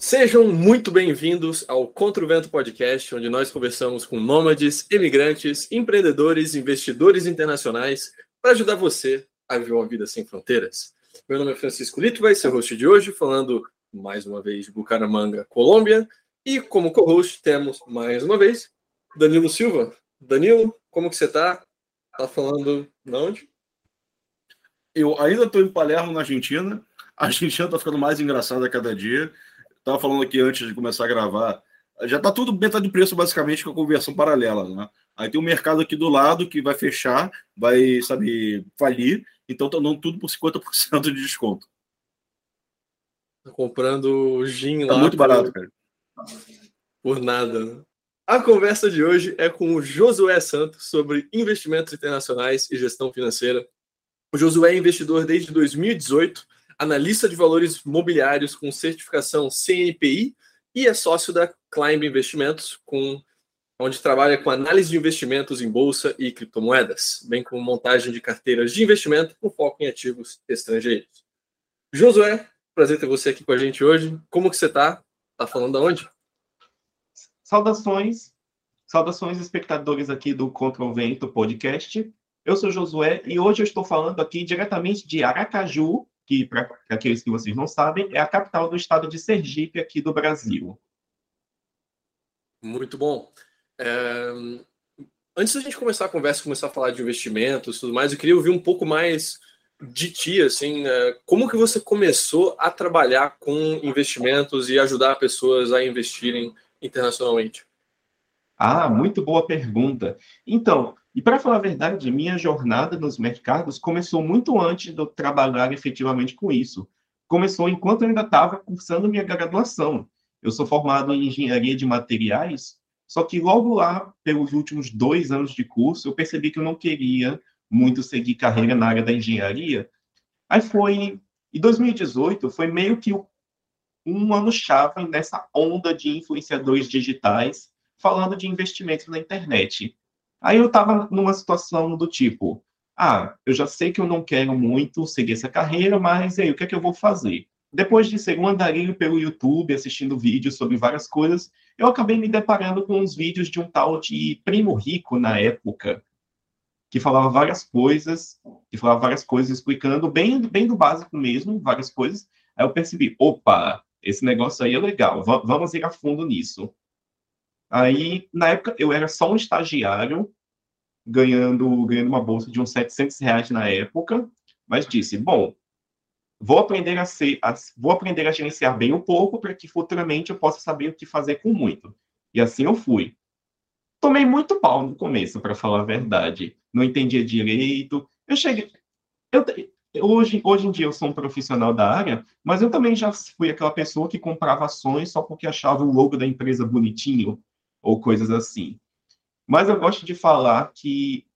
Sejam muito bem-vindos ao Contra o Vento Podcast, onde nós conversamos com nômades, imigrantes, empreendedores, investidores internacionais para ajudar você a viver uma vida sem fronteiras. Meu nome é Francisco Lito, vai ser o host de hoje, falando mais uma vez de Bucaramanga, Colômbia. E como co-host temos mais uma vez Danilo Silva. Danilo, como que você está? Tá falando de onde? Eu ainda estou em Palermo, na Argentina. A Argentina está ficando mais engraçada a cada dia. Estava falando aqui antes de começar a gravar. Já está tudo metade de preço, basicamente, com a conversão paralela, né? Aí tem um mercado aqui do lado que vai fechar, vai, falir. Então está dando tudo por 50% de desconto. Tô comprando gin Tá lá muito barato, cara. Por nada. A conversa de hoje é com o Josué Santos sobre investimentos internacionais e gestão financeira. O Josué é investidor desde 2018, analista de valores mobiliários com certificação CNPI e é sócio da Climb Investimentos, onde trabalha com análise de investimentos em bolsa e criptomoedas, bem como montagem de carteiras de investimento com foco em ativos estrangeiros. Josué, prazer ter você aqui com a gente hoje. Como que você está? Tá falando de onde? Saudações espectadores aqui do Contra o Vento Podcast. Eu sou Josué e hoje eu estou falando aqui diretamente de Aracaju, que, para aqueles que vocês não sabem, é a capital do estado de Sergipe, aqui do Brasil. Muito bom. Antes da gente começar a conversa, começar a falar de investimentos e tudo mais, eu queria ouvir um pouco mais de ti, assim, como que você começou a trabalhar com investimentos e ajudar pessoas a investirem internacionalmente? Muito boa pergunta. Então, e para falar a verdade, minha jornada nos mercados começou muito antes de eu trabalhar efetivamente com isso. Começou enquanto eu ainda estava cursando minha graduação. Eu sou formado em engenharia de materiais, só que logo lá, pelos últimos 2 anos de curso, eu percebi que eu não queria muito seguir carreira na área da engenharia. Aí foi, em 2018, foi meio que um ano-chave nessa onda de influenciadores digitais falando de investimentos na internet. Aí eu estava numa situação do tipo, eu já sei que eu não quero muito seguir essa carreira, mas aí, o que é que eu vou fazer? Depois de ser um andarilho pelo YouTube, assistindo vídeos sobre várias coisas, eu acabei me deparando com uns vídeos de um tal de Primo Rico na época, que falava várias coisas, explicando bem do básico mesmo, várias coisas. Aí eu percebi, opa, esse negócio aí é legal, vamos ir a fundo nisso. Aí, na época, eu era só um estagiário, ganhando uma bolsa de uns R$ 700 na época, mas disse, bom, vou aprender a gerenciar bem um pouco para que futuramente eu possa saber o que fazer com muito. E assim eu fui. Tomei muito pau no começo, para falar a verdade. Não entendia direito. Hoje em dia eu sou um profissional da área, mas eu também já fui aquela pessoa que comprava ações só porque achava o logo da empresa bonitinho, ou coisas assim. Mas eu gosto de falar que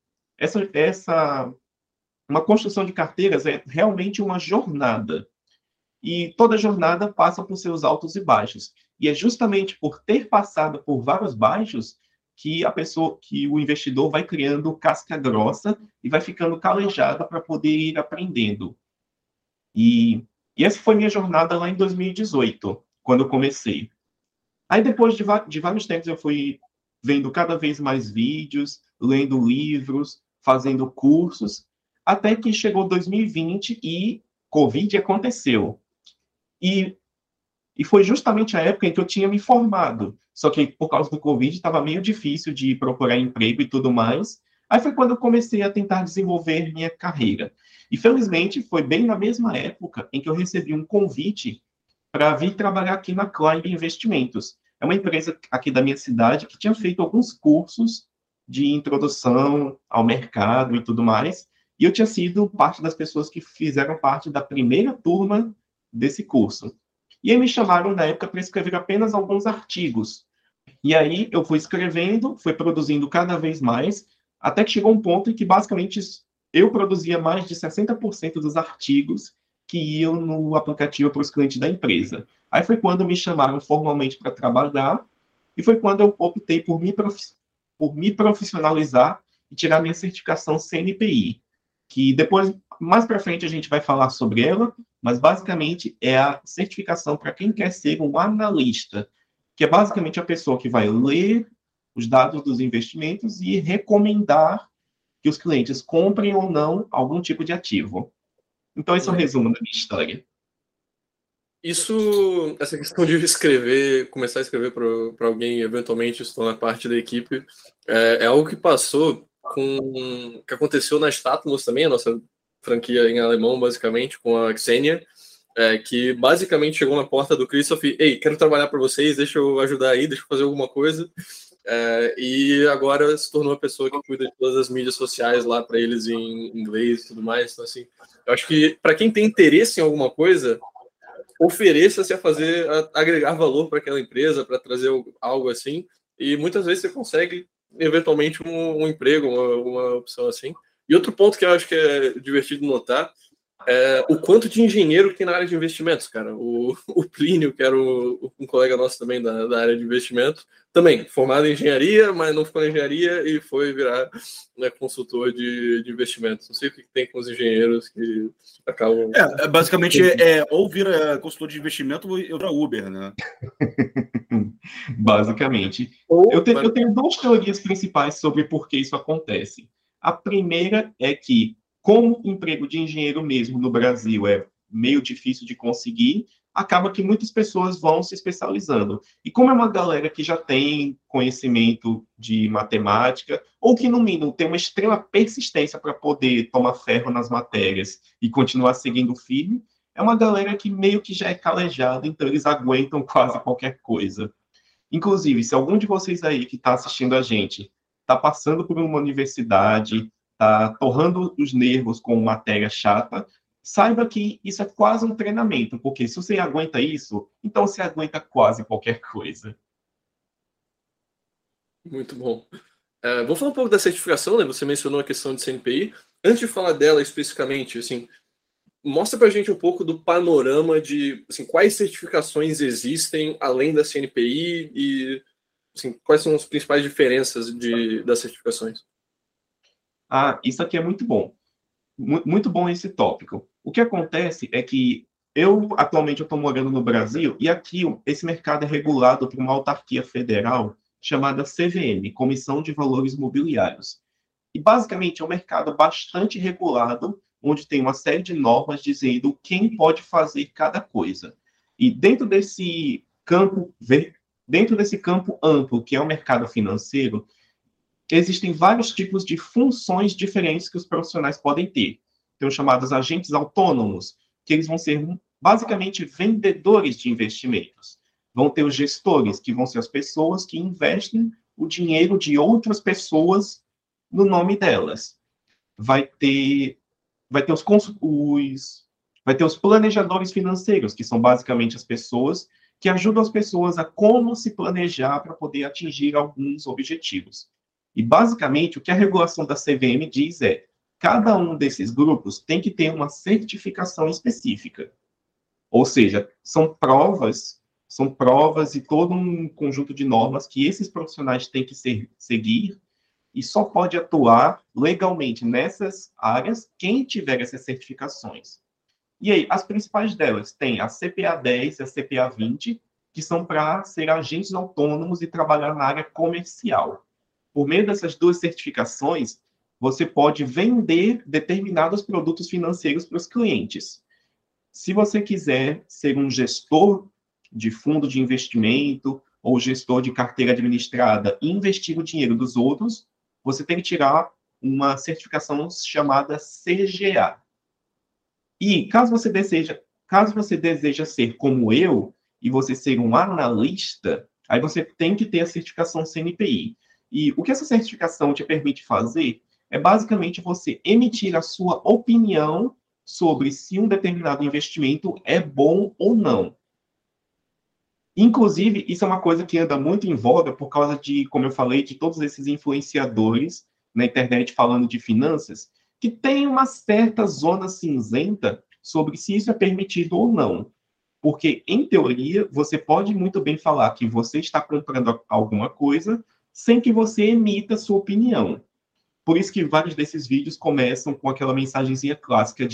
uma construção de carteiras é realmente uma jornada. E toda jornada passa por seus altos e baixos. E é justamente por ter passado por vários baixos que o investidor vai criando casca grossa e vai ficando calejado para poder ir aprendendo. E essa foi minha jornada lá em 2018, quando eu comecei. Aí depois de vários tempos eu fui vendo cada vez mais vídeos, lendo livros, fazendo cursos, até que chegou 2020 e Covid aconteceu. E foi justamente a época em que eu tinha me formado. Só que por causa do Covid estava meio difícil de procurar emprego e tudo mais. Aí foi quando eu comecei a tentar desenvolver minha carreira. E felizmente foi bem na mesma época em que eu recebi um convite para vir trabalhar aqui na Climb Investimentos. É uma empresa aqui da minha cidade que tinha feito alguns cursos de introdução ao mercado e tudo mais, e eu tinha sido parte das pessoas que fizeram parte da primeira turma desse curso. E aí me chamaram na época para escrever apenas alguns artigos. E aí eu fui escrevendo, fui produzindo cada vez mais, até que chegou um ponto em que basicamente eu produzia mais de 60% dos artigos que iam no aplicativo para os clientes da empresa. Aí foi quando me chamaram formalmente para trabalhar, e foi quando eu optei por me profissionalizar e tirar minha certificação CNPI, que depois, mais para frente, a gente vai falar sobre ela, mas basicamente é a certificação para quem quer ser um analista, que é basicamente a pessoa que vai ler os dados dos investimentos e recomendar que os clientes comprem ou não algum tipo de ativo. Então, esse é o resumo da minha história. Essa questão de escrever, começar a escrever para alguém, eventualmente se tornar parte da equipe, é algo que que aconteceu na Statmos também, a nossa franquia em alemão, basicamente, com a Xenia, que basicamente chegou na porta do Christoph, ei, quero trabalhar para vocês, deixa eu ajudar aí, deixa eu fazer alguma coisa, e agora se tornou a pessoa que cuida de todas as mídias sociais lá para eles em inglês e tudo mais. Então, assim, eu acho que para quem tem interesse em alguma coisa, ofereça-se a agregar valor para aquela empresa, para trazer algo assim, e muitas vezes você consegue, eventualmente, um emprego, uma opção assim. E outro ponto que eu acho que é divertido notar é o quanto de engenheiro que tem na área de investimentos, cara. O Plínio, que era um colega nosso também da área de investimento, também formado em engenharia, mas não ficou na engenharia e foi virar, né, consultor de investimentos. Não sei o que tem com os engenheiros que acabam... Basicamente, ou vira consultor de investimento ou vira Uber, né? Basicamente. Eu tenho duas teorias principais sobre por que isso acontece. A primeira é que, como emprego de engenheiro mesmo no Brasil é meio difícil de conseguir, acaba que muitas pessoas vão se especializando. E como é uma galera que já tem conhecimento de matemática, ou que, no mínimo, tem uma extrema persistência para poder tomar ferro nas matérias e continuar seguindo firme, é uma galera que meio que já é calejada, então eles aguentam quase qualquer coisa. Inclusive, se algum de vocês aí que está assistindo a gente está passando por uma universidade, está torrando os nervos com matéria chata, saiba que isso é quase um treinamento, porque se você aguenta isso, então você aguenta quase qualquer coisa. Muito bom. Vou falar um pouco da certificação, né? Você mencionou a questão de CNPI. Antes de falar dela especificamente, assim, mostra para a gente um pouco do panorama de, assim, quais certificações existem além da CNPI e, assim, quais são as principais diferenças das certificações. Isso aqui é muito bom. Muito bom esse tópico. O que acontece é que atualmente, eu estou morando no Brasil e aqui esse mercado é regulado por uma autarquia federal chamada CVM, Comissão de Valores Mobiliários. E, basicamente, é um mercado bastante regulado, onde tem uma série de normas dizendo quem pode fazer cada coisa. E dentro desse campo amplo, que é o mercado financeiro, existem vários tipos de funções diferentes que os profissionais podem ter. Tem os chamados agentes autônomos, que eles vão ser basicamente vendedores de investimentos. Vão ter os gestores, que vão ser as pessoas que investem o dinheiro de outras pessoas no nome delas. Vai ter os planejadores financeiros, que são basicamente as pessoas que ajudam as pessoas a como se planejar para poder atingir alguns objetivos. E, basicamente, o que a regulação da CVM diz é: cada um desses grupos tem que ter uma certificação específica. Ou seja, são provas e todo um conjunto de normas que esses profissionais têm que seguir, e só pode atuar legalmente nessas áreas quem tiver essas certificações. E aí, as principais delas tem a CPA 10 e a CPA 20, que são para ser agentes autônomos e trabalhar na área comercial. Por meio dessas duas certificações, você pode vender determinados produtos financeiros para os clientes. Se você quiser ser um gestor de fundo de investimento ou gestor de carteira administrada e investir o dinheiro dos outros, você tem que tirar uma certificação chamada CGA. E caso você deseja ser como eu e você ser um analista, aí você tem que ter a certificação CNPI. E o que essa certificação te permite fazer é basicamente você emitir a sua opinião sobre se um determinado investimento é bom ou não. Inclusive, isso é uma coisa que anda muito em voga por causa de, como eu falei, de todos esses influenciadores na internet falando de finanças, que tem uma certa zona cinzenta sobre se isso é permitido ou não. Porque, em teoria, você pode muito bem falar que você está comprando alguma coisa sem que você emita sua opinião. Por isso que vários desses vídeos começam com aquela mensagenzinha clássica de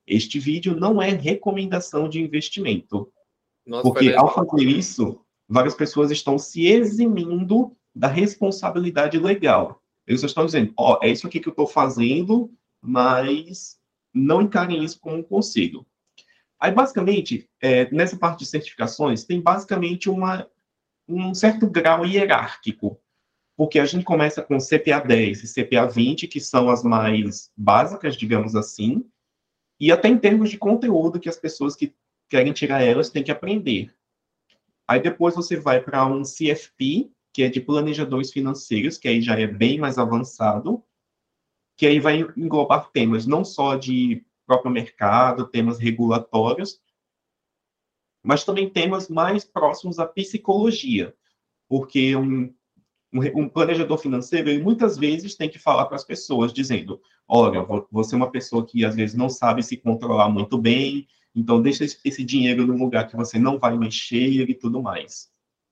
este vídeo não é recomendação de investimento. Nossa, Porque parece. ao fazer isso, várias pessoas estão se eximindo da responsabilidade legal. Eles só estão dizendo, ó, é isso aqui que eu estou fazendo, mas não encarem isso como um conselho. Aí, basicamente, nessa parte de certificações, tem basicamente um certo grau hierárquico, porque a gente começa com CPA 10 e CPA 20, que são as mais básicas, digamos assim, e até em termos de conteúdo que as pessoas que querem tirar elas têm que aprender. Aí depois você vai para um CFP, que é de planejadores financeiros, que aí já é bem mais avançado, que aí vai englobar temas não só de próprio mercado, temas regulatórios, mas também temas mais próximos à psicologia, porque um planejador financeiro, ele muitas vezes tem que falar para as pessoas, dizendo, olha, você é uma pessoa que às vezes não sabe se controlar muito bem, então deixa esse dinheiro num lugar que você não vai mexer e tudo mais.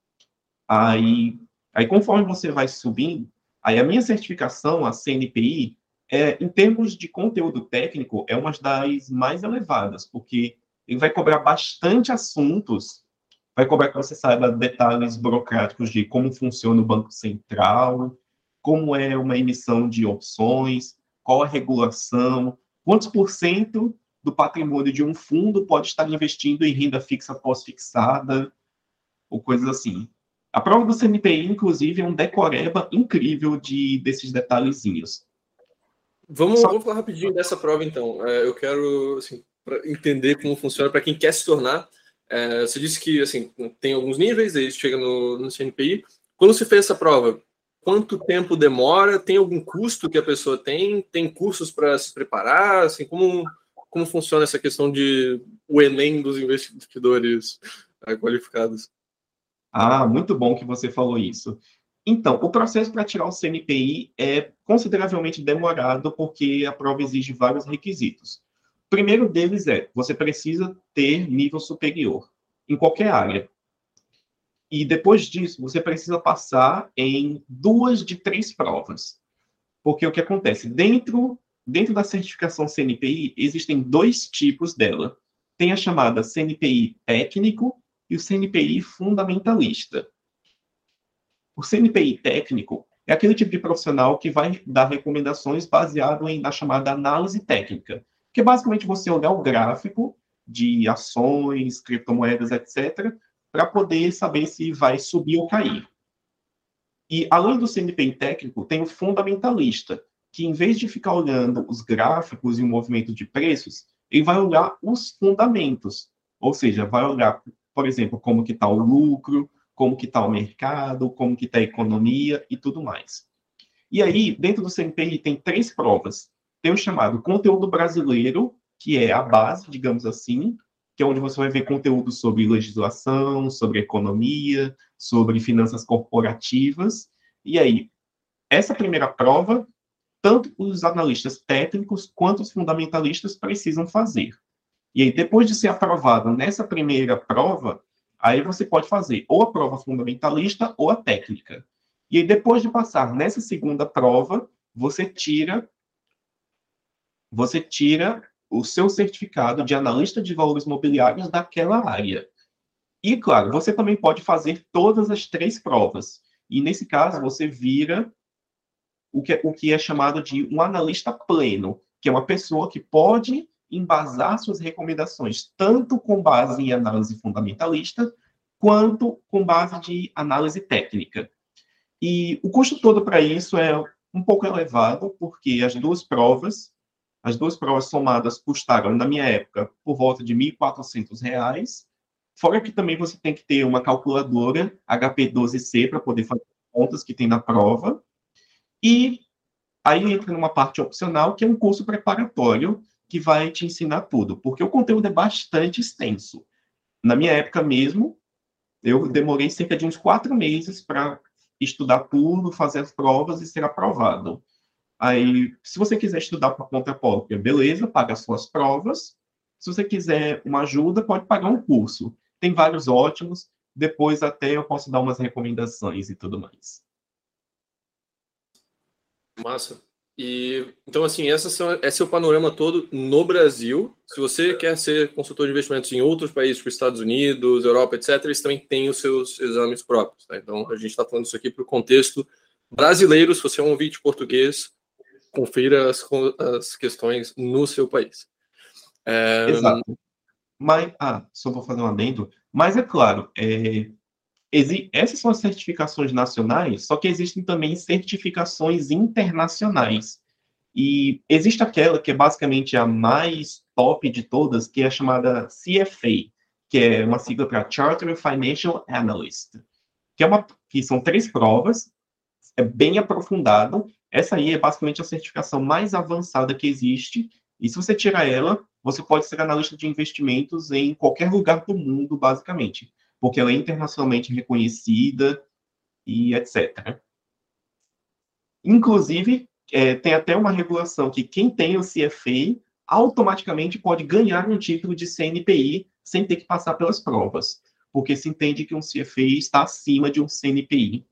Aí conforme você vai subindo, aí a minha certificação, a CNPI, em termos de conteúdo técnico, é uma das mais elevadas, porque ele vai cobrar bastante assuntos, vai cobrar que você saiba detalhes burocráticos de como funciona o Banco Central, como é uma emissão de opções, qual a regulação, quantos por cento do patrimônio de um fundo pode estar investindo em renda fixa pós-fixada, ou coisas assim. A prova do CNPI, inclusive, é um decoreba incrível desses detalhezinhos. Vamos falar rapidinho dessa prova, então. Eu quero assim, entender como funciona para quem quer se tornar. Você disse que assim, tem alguns níveis, aí chega no CNPI. Quando você fez essa prova, quanto tempo demora? Tem algum custo que a pessoa tem? Tem cursos para se preparar? Assim, como funciona essa questão de o Enem dos investidores qualificados? Ah, muito bom que você falou isso. Então, o processo para tirar o CNPI é consideravelmente demorado porque a prova exige vários requisitos. O primeiro deles você precisa ter nível superior em qualquer área. E depois disso, você precisa passar em 2 de 3 provas. Porque o que acontece? Dentro da certificação CNPI, existem 2 tipos dela. Tem a chamada CNPI técnico e o CNPI fundamentalista. O CNPI técnico é aquele tipo de profissional que vai dar recomendações baseado na chamada análise técnica, que é basicamente você olhar o gráfico de ações, criptomoedas, etc., para poder saber se vai subir ou cair. E, além do CNPI técnico, tem o fundamentalista, que, em vez de ficar olhando os gráficos e o movimento de preços, ele vai olhar os fundamentos. Ou seja, vai olhar, por exemplo, como que está o lucro, como que está o mercado, como que está a economia e tudo mais. E aí, dentro do CNPI, tem 3 provas. Tem o chamado conteúdo brasileiro, que é a base, digamos assim, que é onde você vai ver conteúdo sobre legislação, sobre economia, sobre finanças corporativas. E aí, essa primeira prova, tanto os analistas técnicos quanto os fundamentalistas precisam fazer. E aí, depois de ser aprovado nessa primeira prova, aí você pode fazer ou a prova fundamentalista ou a técnica. E aí, depois de passar nessa segunda prova, você tira o seu certificado de analista de valores mobiliários daquela área. E, claro, você também pode fazer todas as 3 provas. E, nesse caso, você vira o que é chamado de um analista pleno, que é uma pessoa que pode embasar suas recomendações tanto com base em análise fundamentalista, quanto com base de análise técnica. E o custo todo para isso é um pouco elevado, porque as duas provas somadas custaram, na minha época, por volta de R$ 1.400, fora que também você tem que ter uma calculadora HP12C para poder fazer contas que tem na prova, e aí entra numa parte opcional, que é um curso preparatório, que vai te ensinar tudo, porque o conteúdo é bastante extenso. Na minha época mesmo, eu demorei cerca de uns 4 meses para estudar tudo, fazer as provas e ser aprovado. Aí, se você quiser estudar por conta própria, beleza, paga as suas provas. Se você quiser uma ajuda, pode pagar um curso. Tem vários ótimos. Depois até eu posso dar umas recomendações e tudo mais. Massa. Então, assim, esse é o panorama todo no Brasil. Se você quer ser consultor de investimentos em outros países, tipo Estados Unidos, Europa, etc., eles também têm os seus exames próprios. Tá? Então, a gente está falando isso aqui para o contexto brasileiro. Se você é um ouvinte português, confira as questões no seu país. Exato. Mas, só vou fazer um adendo. Mas é claro, essas são as certificações nacionais, só que existem também certificações internacionais. E existe aquela que é basicamente a mais top de todas, que é a chamada CFA, que é uma sigla para Chartered Financial Analyst, que são 3 provas, é bem aprofundado. Essa aí é basicamente a certificação mais avançada que existe, e se você tirar ela, você pode ser analista de investimentos em qualquer lugar do mundo, basicamente, porque ela é internacionalmente reconhecida e etc. Inclusive, tem até uma regulação que quem tem o CFA automaticamente pode ganhar um título de CNPI sem ter que passar pelas provas, porque se entende que um CFA está acima de um CNPI.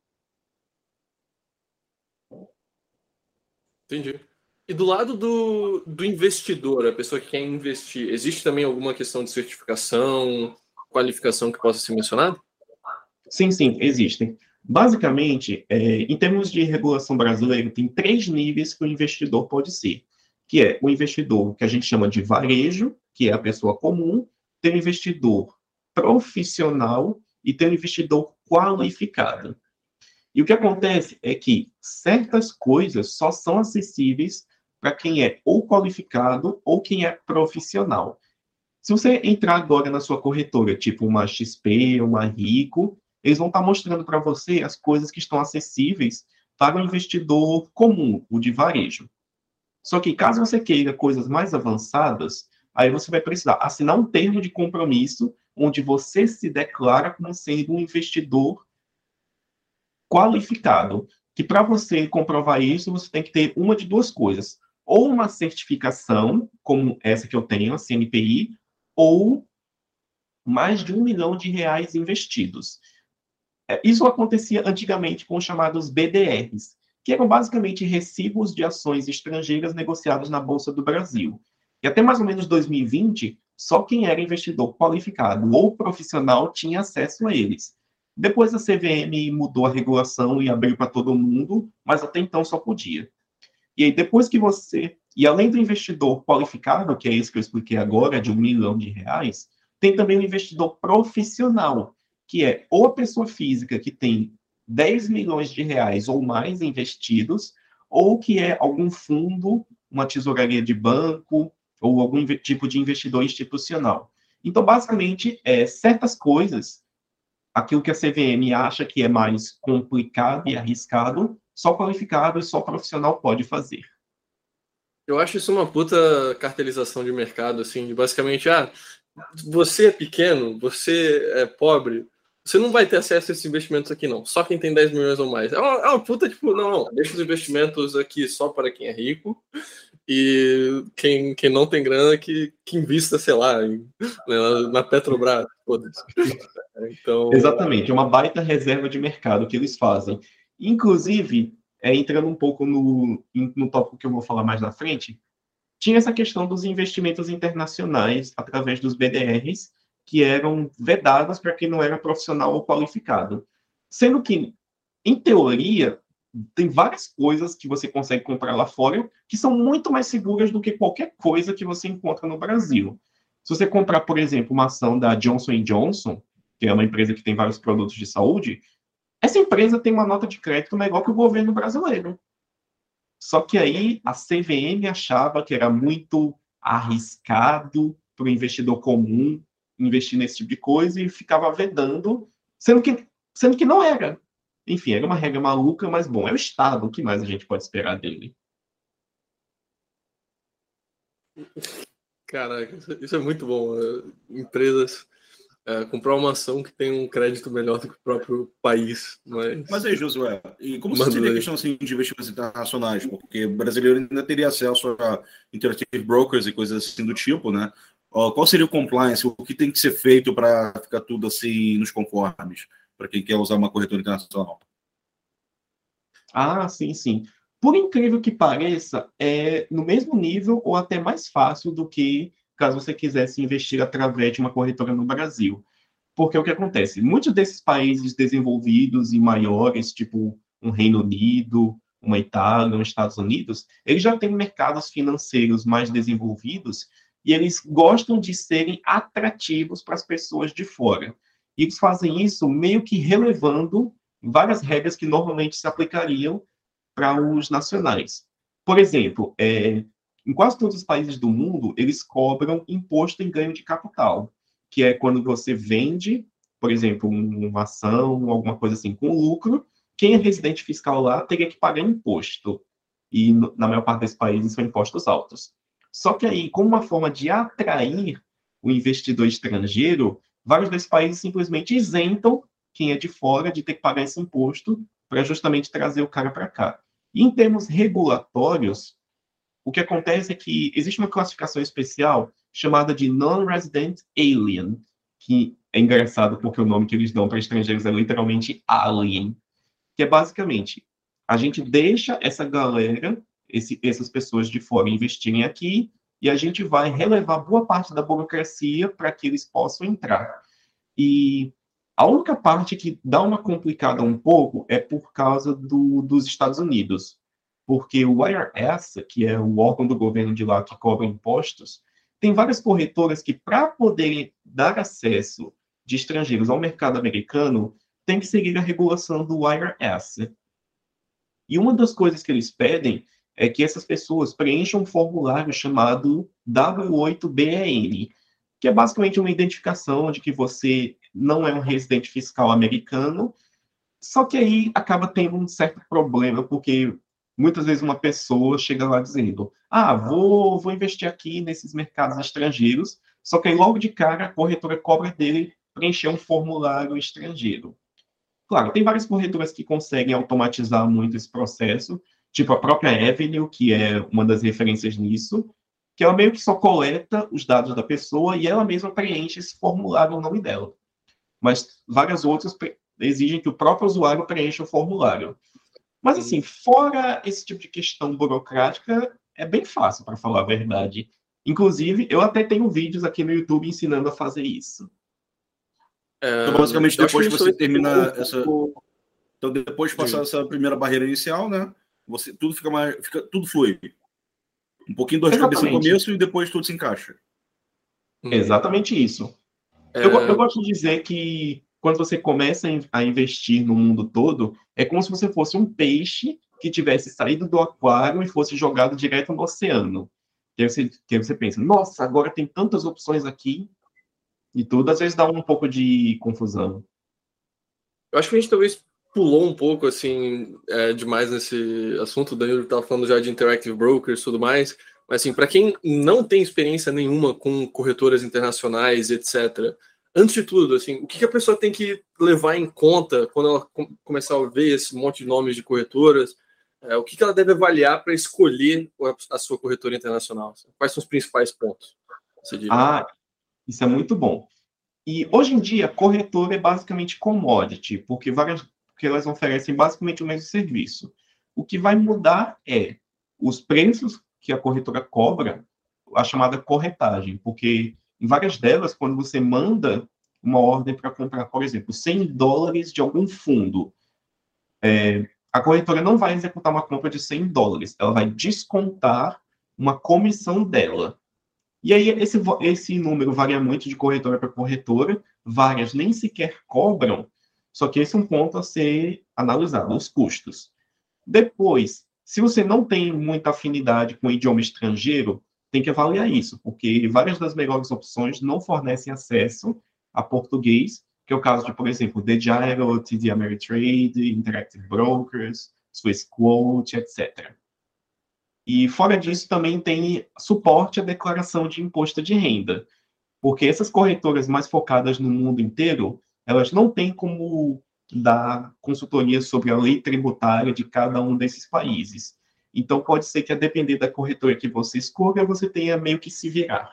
Entendi. E do lado do investidor, a pessoa que quer investir, existe também alguma questão de certificação, qualificação que possa ser mencionada? Sim, existem. Basicamente, em termos de regulação brasileira, tem 3 níveis que o investidor pode ser, que é o investidor que a gente chama de varejo, que é a pessoa comum, tem o investidor profissional e tem o investidor qualificado. E o que acontece é que certas coisas só são acessíveis para quem é ou qualificado ou quem é profissional. Se você entrar agora na sua corretora, tipo uma XP, uma Rico, eles vão estar mostrando para você as coisas que estão acessíveis para o investidor comum, o de varejo. Só que caso você queira coisas mais avançadas, aí você vai precisar assinar um termo de compromisso onde você se declara como sendo um investidor qualificado. Que para você comprovar isso, você tem que ter uma de 2 coisas. Ou uma certificação, como essa que eu tenho, a CNPI, ou mais de R$ 1 milhão investidos. Isso acontecia antigamente com os chamados BDRs, que eram basicamente recibos de ações estrangeiras negociados na Bolsa do Brasil. E até mais ou menos 2020, só quem era investidor qualificado ou profissional tinha acesso a eles. Depois a CVM mudou a regulação e abriu para todo mundo, mas até então só podia. E aí, depois que você. E além do investidor qualificado, que é esse que eu expliquei agora, de R$ 1 milhão, tem também o investidor profissional, que é ou a pessoa física que tem R$ 10 milhões ou mais investidos, ou que é algum fundo, uma tesouraria de banco, ou algum tipo de investidor institucional. Então, basicamente, certas coisas, aquilo que a CVM acha que é mais complicado e arriscado, só qualificado e só profissional pode fazer. Eu acho isso uma puta cartelização de mercado, assim, basicamente, você é pequeno, você é pobre, você não vai ter acesso a esses investimentos aqui, não. Só quem tem 10 milhões ou mais. É uma puta, tipo, não, deixa os investimentos aqui só para quem é rico e quem não tem grana que invista, sei lá, na Petrobras. Então... Exatamente, é uma baita reserva de mercado que eles fazem. Inclusive, entrando um pouco no tópico que eu vou falar mais na frente, tinha essa questão dos investimentos internacionais através dos BDRs, que eram vedados para quem não era profissional ou qualificado. Sendo que, em teoria, tem várias coisas que você consegue comprar lá fora que são muito mais seguras do que qualquer coisa que você encontra no Brasil. Se você comprar, por exemplo, uma ação da Johnson Johnson, que é uma empresa que tem vários produtos de saúde, essa empresa tem uma nota de crédito melhor que o governo brasileiro. Só que aí a CVM achava que era muito arriscado para o investidor comum investir nesse tipo de coisa e ficava vedando, sendo que não era. Enfim, era uma regra maluca, mas bom, é o Estado, o que mais a gente pode esperar dele? Caraca, isso é muito bom. Empresas comprar uma ação que tem um crédito melhor do que o próprio país. Mas aí, Josué, e como seria a questão assim, de investimentos internacionais? Porque o brasileiro ainda teria acesso a interactive brokers e coisas assim do tipo, né? Qual seria o compliance? O que tem que ser feito para ficar tudo assim nos conformes? Para quem quer usar uma corretora internacional? Sim. Por incrível que pareça, é no mesmo nível ou até mais fácil do que caso você quisesse investir através de uma corretora no Brasil. Porque o que acontece? Muitos desses países desenvolvidos e maiores, tipo um Reino Unido, uma Itália, os Estados Unidos, eles já têm mercados financeiros mais desenvolvidos e eles gostam de serem atrativos para as pessoas de fora. E eles fazem isso meio que relevando várias regras que normalmente se aplicariam para os nacionais. Por exemplo, em quase todos os países do mundo, eles cobram imposto em ganho de capital, que é quando você vende, por exemplo, uma ação, alguma coisa assim, com lucro, quem é residente fiscal lá teria que pagar imposto. E na maior parte desses países são impostos altos. Só que aí, como uma forma de atrair o investidor estrangeiro, vários desses países simplesmente isentam quem é de fora de ter que pagar esse imposto para justamente trazer o cara para cá. E em termos regulatórios, o que acontece é que existe uma classificação especial chamada de Non-Resident Alien, que é engraçado porque o nome que eles dão para estrangeiros é literalmente Alien, que é basicamente, a gente deixa essa galera, essas pessoas de fora investirem aqui, e a gente vai relevar boa parte da burocracia para que eles possam entrar. E a única parte que dá uma complicada um pouco é por causa dos Estados Unidos, porque o IRS, que é o órgão do governo de lá que cobra impostos, tem várias corretoras que, para poderem dar acesso de estrangeiros ao mercado americano, tem que seguir a regulação do IRS. E uma das coisas que eles pedem é que essas pessoas preencham um formulário chamado W8BEN, que é basicamente uma identificação de que você não é um residente fiscal americano, só que aí acaba tendo um certo problema, porque muitas vezes uma pessoa chega lá dizendo: ah, vou investir aqui nesses mercados estrangeiros, só que aí logo de cara a corretora cobra dele preencher um formulário estrangeiro. Claro, tem várias corretoras que conseguem automatizar muito esse processo, tipo a própria Avenue, que é uma das referências nisso, que ela meio que só coleta os dados da pessoa e ela mesma preenche esse formulário no nome dela. Mas várias outras exigem que o próprio usuário preencha o formulário. Mas, assim, fora esse tipo de questão burocrática, é bem fácil, para falar a verdade. Inclusive, eu até tenho vídeos aqui no YouTube ensinando a fazer isso. Então, basicamente, Eu acho que depois a que gente você também termina tem essa. Então, depois de passar essa primeira barreira inicial, né? Tudo fica mais. Tudo flui. Um pouquinho de dor de cabeça no Exatamente. começo e depois tudo se encaixa. Exatamente isso. Eu gosto de dizer que quando você começa a investir no mundo todo, é como se você fosse um peixe que tivesse saído do aquário e fosse jogado direto no oceano. Que aí você pensa, nossa, agora tem tantas opções aqui e tudo, às vezes dá um pouco de confusão. Eu acho que a gente talvez pulou um pouco, assim, demais nesse assunto. O Danilo estava falando já de Interactive Brokers e tudo mais. Mas, assim, para quem não tem experiência nenhuma com corretoras internacionais, etc., antes de tudo, assim, o que a pessoa tem que levar em conta quando ela começar a ver esse monte de nomes de corretoras? O que ela deve avaliar para escolher a sua corretora internacional? Quais são os principais pontos? Você diria? Ah, isso é muito bom. E hoje em dia, corretora é basicamente commodity, porque elas oferecem basicamente o mesmo serviço. O que vai mudar é os preços que a corretora cobra, a chamada corretagem, porque em várias delas, quando você manda uma ordem para comprar, por exemplo, US$ 100 de algum fundo, a corretora não vai executar uma compra de US$ 100, ela vai descontar uma comissão dela. E aí, esse número varia muito de corretora para corretora, várias nem sequer cobram, só que esse é um ponto a ser analisado, os custos. Depois, se você não tem muita afinidade com o idioma estrangeiro, tem que avaliar isso, porque várias das melhores opções não fornecem acesso a português, que é o caso de, por exemplo, The Gyro, TD Ameritrade, Interactive Brokers, Swissquote, etc. E fora disso, também tem suporte à declaração de imposto de renda, porque essas corretoras mais focadas no mundo inteiro, elas não têm como dar consultoria sobre a lei tributária de cada um desses países. Então, pode ser que, a depender da corretora que você escolha, você tenha meio que se virar.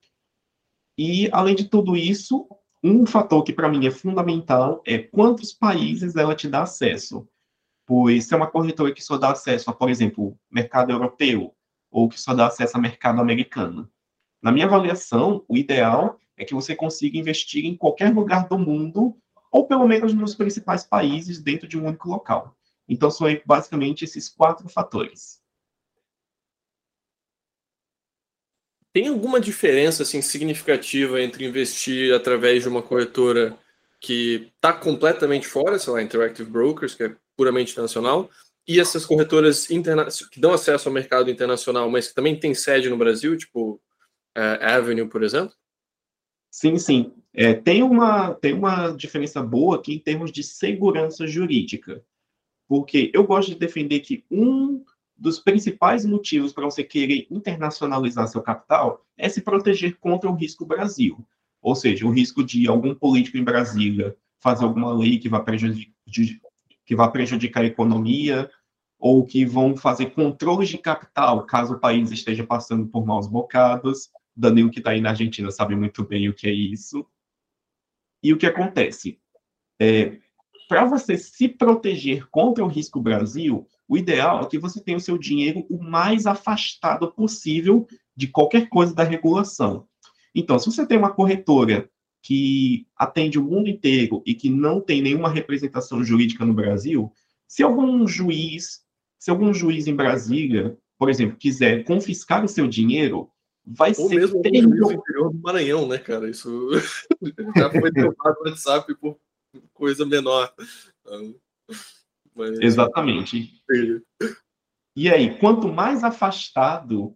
E, além de tudo isso, um fator que para mim é fundamental é quantos países ela te dá acesso. pois se é uma corretora que só dá acesso a, por exemplo, mercado europeu, ou que só dá acesso a mercado americano. Na minha avaliação, o ideal é que você consiga investir em qualquer lugar do mundo, ou pelo menos nos principais países dentro de um único local. Então, são basicamente esses 4 fatores. Tem alguma diferença assim, significativa entre investir através de uma corretora que está completamente fora, sei lá, Interactive Brokers, que é puramente nacional, e essas corretoras que dão acesso ao mercado internacional, mas que também tem sede no Brasil, tipo Avenue, por exemplo? Sim, sim. Tem uma diferença boa aqui em termos de segurança jurídica, porque eu gosto de defender que um dos principais motivos para você querer internacionalizar seu capital é se proteger contra o risco Brasil. Ou seja, o risco de algum político em Brasília fazer alguma lei que vá prejudicar a economia, ou que vão fazer controles de capital, caso o país esteja passando por maus bocados. Danilo, que está aí na Argentina, sabe muito bem o que é isso. E o que acontece? Para você se proteger contra o risco Brasil, o ideal é que você tenha o seu dinheiro o mais afastado possível de qualquer coisa da regulação. Então, se você tem uma corretora que atende o mundo inteiro e que não tem nenhuma representação jurídica no Brasil, se algum juiz em Brasília, por exemplo, quiser confiscar o seu dinheiro, vai Ou ser mesmo algum juiz do interior do Maranhão, né, cara? Isso já foi tratado no WhatsApp por coisa menor. Mas... Exatamente. E aí, quanto mais afastado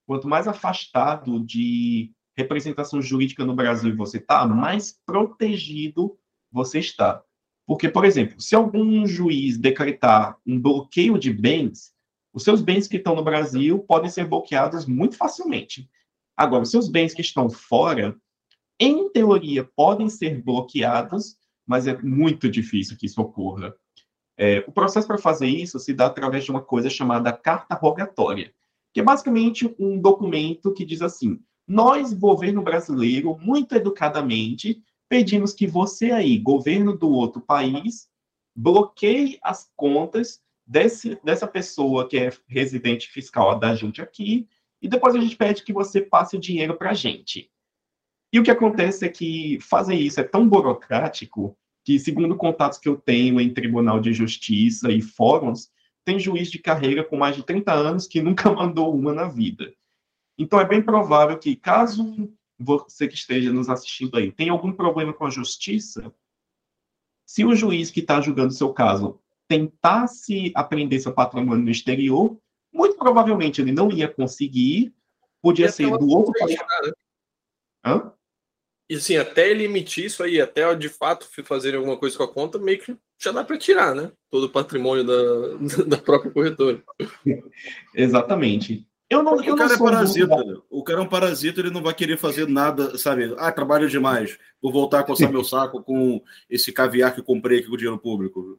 de representação jurídica no Brasil você está, mais protegido você está. Porque, por exemplo, se algum juiz decretar um bloqueio de bens, os seus bens que estão no Brasil podem ser bloqueados muito facilmente. Agora, os seus bens que estão fora, em teoria, podem ser bloqueados, mas é muito difícil que isso ocorra. O processo para fazer isso se dá através de uma coisa chamada carta rogatória, que é basicamente um documento que diz assim: nós, governo brasileiro, muito educadamente, pedimos que você aí, governo do outro país, bloqueie as contas dessa pessoa que é residente fiscal da gente aqui, e depois a gente pede que você passe o dinheiro para a gente. E o que acontece é que fazer isso é tão burocrático que, segundo contatos que eu tenho em tribunal de justiça e fóruns, tem juiz de carreira com mais de 30 anos que nunca mandou uma na vida. Então, é bem provável que, caso você que esteja nos assistindo aí tenha algum problema com a justiça, se o juiz que está julgando o seu caso tentasse apreender seu patrimônio no exterior, muito provavelmente ele não ia conseguir, podia ser do outro país. Hã? E assim, até ele emitir isso aí, até de fato fazer alguma coisa com a conta, meio que já dá para tirar, né? Todo o patrimônio da própria corretora. Exatamente. O cara é parasita. O cara é um parasita, ele não vai querer fazer nada, sabe? Trabalho demais. Vou voltar a coçar meu saco com esse caviar que comprei aqui com o dinheiro público.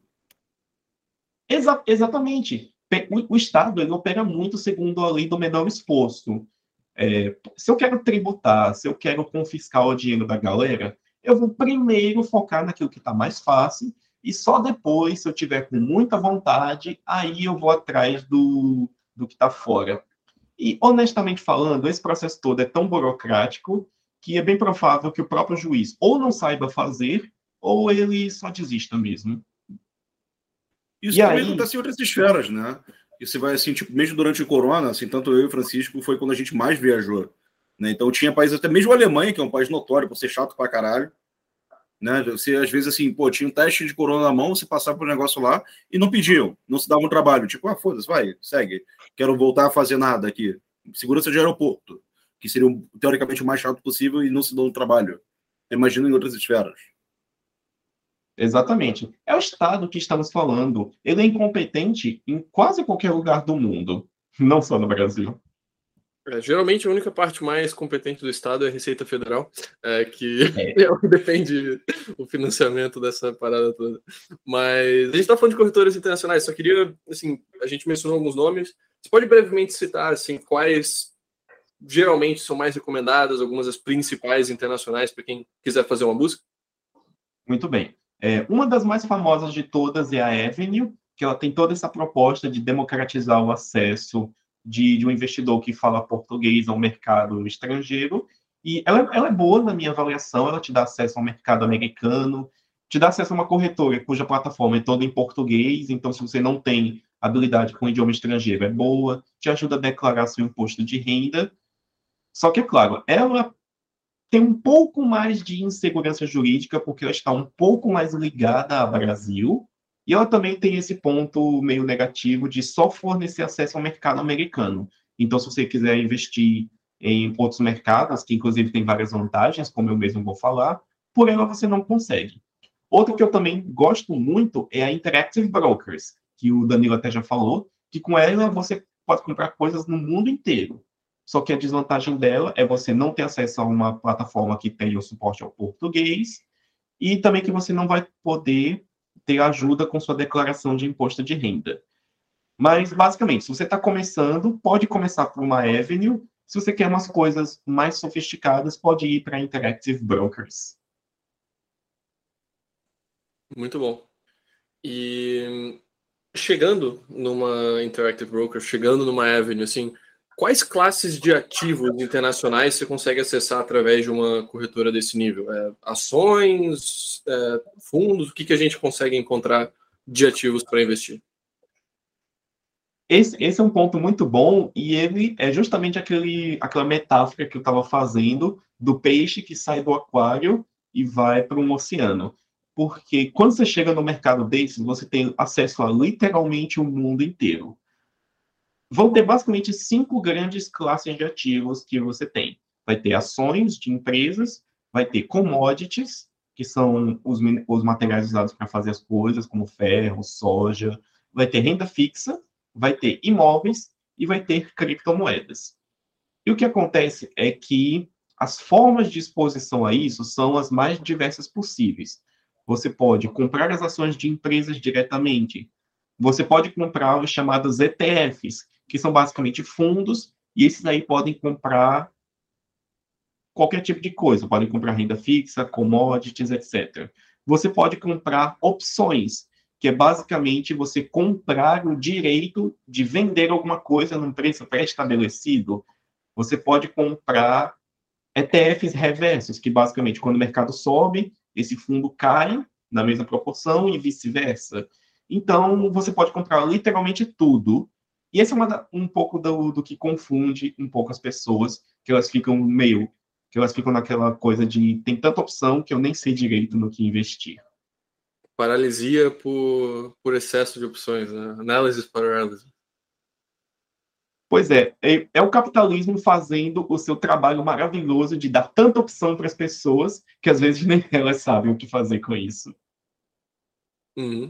Exatamente. O Estado ele opera muito segundo a lei do menor esforço. Se eu quero tributar, se eu quero confiscar o dinheiro da galera, eu vou primeiro focar naquilo que está mais fácil e só depois, se eu tiver com muita vontade, aí eu vou atrás do que está fora. E, honestamente falando, esse processo todo é tão burocrático que é bem provável que o próprio juiz ou não saiba fazer ou ele só desista mesmo. Isso também acontece em outras esferas, né? E você vai assim, tipo, mesmo durante o corona, assim, tanto eu e o Francisco foi quando a gente mais viajou, né? Então tinha países, até mesmo a Alemanha, que é um país notório por ser chato pra caralho, né? Você às vezes assim, pô, tinha um teste de corona na mão, você passava por um negócio lá e não pediam, não se dava um trabalho, tipo, foda-se, vai, segue, quero voltar a fazer nada aqui. Segurança de aeroporto, que seria teoricamente o mais chato possível e não se dá um trabalho. Imagina em outras esferas. Exatamente. É o Estado que estamos falando. Ele é incompetente em quase qualquer lugar do mundo, não só no Brasil. Geralmente a única parte mais competente do Estado é a Receita Federal, que é o que defende o financiamento dessa parada toda. Mas a gente está falando de corretoras internacionais, só queria, assim, a gente mencionou alguns nomes. Você pode brevemente citar, assim, quais geralmente são mais recomendadas, algumas das principais internacionais para quem quiser fazer uma busca? Muito bem. Uma das mais famosas de todas é a Avenue, que ela tem toda essa proposta de democratizar o acesso de um investidor que fala português ao mercado estrangeiro, e ela é boa na minha avaliação, ela te dá acesso ao mercado americano, te dá acesso a uma corretora cuja plataforma é toda em português, então se você não tem habilidade com idioma estrangeiro, é boa, te ajuda a declarar seu imposto de renda, só que, é claro, ela tem um pouco mais de insegurança jurídica, porque ela está um pouco mais ligada ao Brasil, e ela também tem esse ponto meio negativo de só fornecer acesso ao mercado americano. Então, se você quiser investir em outros mercados, que inclusive tem várias vantagens, como eu mesmo vou falar, por ela você não consegue. Outra que eu também gosto muito é a Interactive Brokers, que o Danilo até já falou, que com ela você pode comprar coisas no mundo inteiro. Só que a desvantagem dela é você não ter acesso a uma plataforma que tenha o suporte ao português e também que você não vai poder ter ajuda com sua declaração de imposto de renda. Mas, basicamente, se você está começando, pode começar por uma Avenue. Se você quer umas coisas mais sofisticadas, pode ir para Interactive Brokers. Muito bom. E chegando numa Interactive Broker, chegando numa Avenue, assim, quais classes de ativos internacionais você consegue acessar através de uma corretora desse nível? Ações, fundos, o que a gente consegue encontrar de ativos para investir? Esse é um ponto muito bom e ele é justamente aquela metáfora que eu estava fazendo do peixe que sai do aquário e vai para um oceano. Porque quando você chega no mercado desses, você tem acesso a literalmente o mundo inteiro. Vão ter basicamente 5 grandes classes de ativos que você tem. Vai ter ações de empresas, vai ter commodities, que são os materiais usados para fazer as coisas, como ferro, soja, vai ter renda fixa, vai ter imóveis e vai ter criptomoedas. E o que acontece é que as formas de exposição a isso são as mais diversas possíveis. Você pode comprar as ações de empresas diretamente. Você pode comprar os chamados ETFs, que são basicamente fundos, e esses aí podem comprar qualquer tipo de coisa. Podem comprar renda fixa, commodities, etc. Você pode comprar opções, que é basicamente você comprar o direito de vender alguma coisa num preço pré-estabelecido. Você pode comprar ETFs reversos, que basicamente, quando o mercado sobe, esse fundo cai na mesma proporção e vice-versa. Então, você pode comprar literalmente tudo. E esse é um pouco do que confunde um pouco as pessoas, que elas ficam naquela coisa de tem tanta opção que eu nem sei direito no que investir. Paralisia por excesso de opções, né? Analysis paralysis. Pois é o capitalismo fazendo o seu trabalho maravilhoso de dar tanta opção para as pessoas que às vezes nem elas sabem o que fazer com isso. Uhum.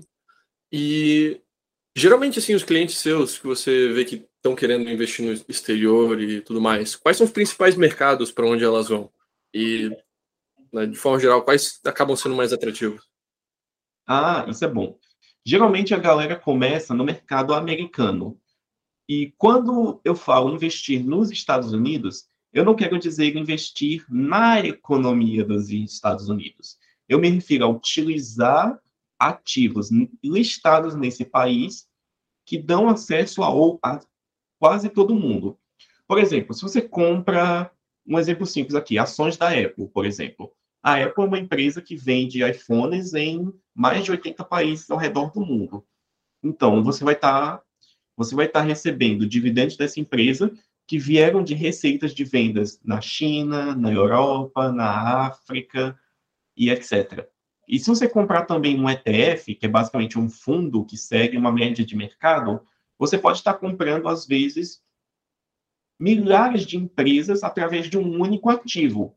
E geralmente, assim, os clientes seus que você vê que estão querendo investir no exterior e tudo mais, quais são os principais mercados para onde elas vão? E, né, de forma geral, quais acabam sendo mais atrativos? Ah, isso é bom. Geralmente a galera começa no mercado americano. E quando eu falo investir nos Estados Unidos, eu não quero dizer investir na economia dos Estados Unidos. Eu me refiro a utilizar ativos listados nesse país que dão acesso a quase todo mundo. Por exemplo, se você compra, um exemplo simples aqui, ações da Apple, por exemplo. A Apple é uma empresa que vende iPhones em mais de 80 países ao redor do mundo. Então, você vai estar recebendo dividendos dessa empresa que vieram de receitas de vendas na China, na Europa, na África e etc. E se você comprar também um ETF, que é basicamente um fundo que segue uma média de mercado, você pode estar comprando, às vezes, milhares de empresas através de um único ativo.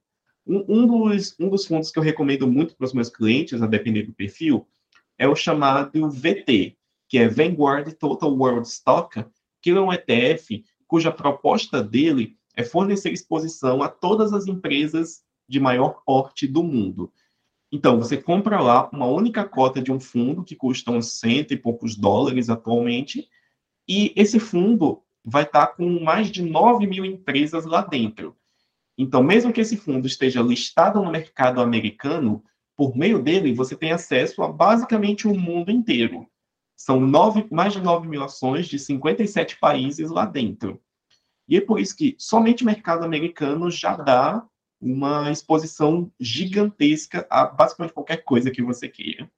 Um dos fundos que eu recomendo muito para os meus clientes, a depender do perfil, é o chamado VT, que é Vanguard Total World Stock, que é um ETF cuja proposta dele é fornecer exposição a todas as empresas de maior porte do mundo. Então, você compra lá uma única cota de um fundo que custa uns cento e poucos dólares atualmente, e esse fundo vai estar com mais de 9 mil empresas lá dentro. Então, mesmo que esse fundo esteja listado no mercado americano, por meio dele, você tem acesso a basicamente o mundo inteiro. São mais de 9 mil ações de 57 países lá dentro. E é por isso que somente o mercado americano já dá uma exposição gigantesca a basicamente qualquer coisa que você queira.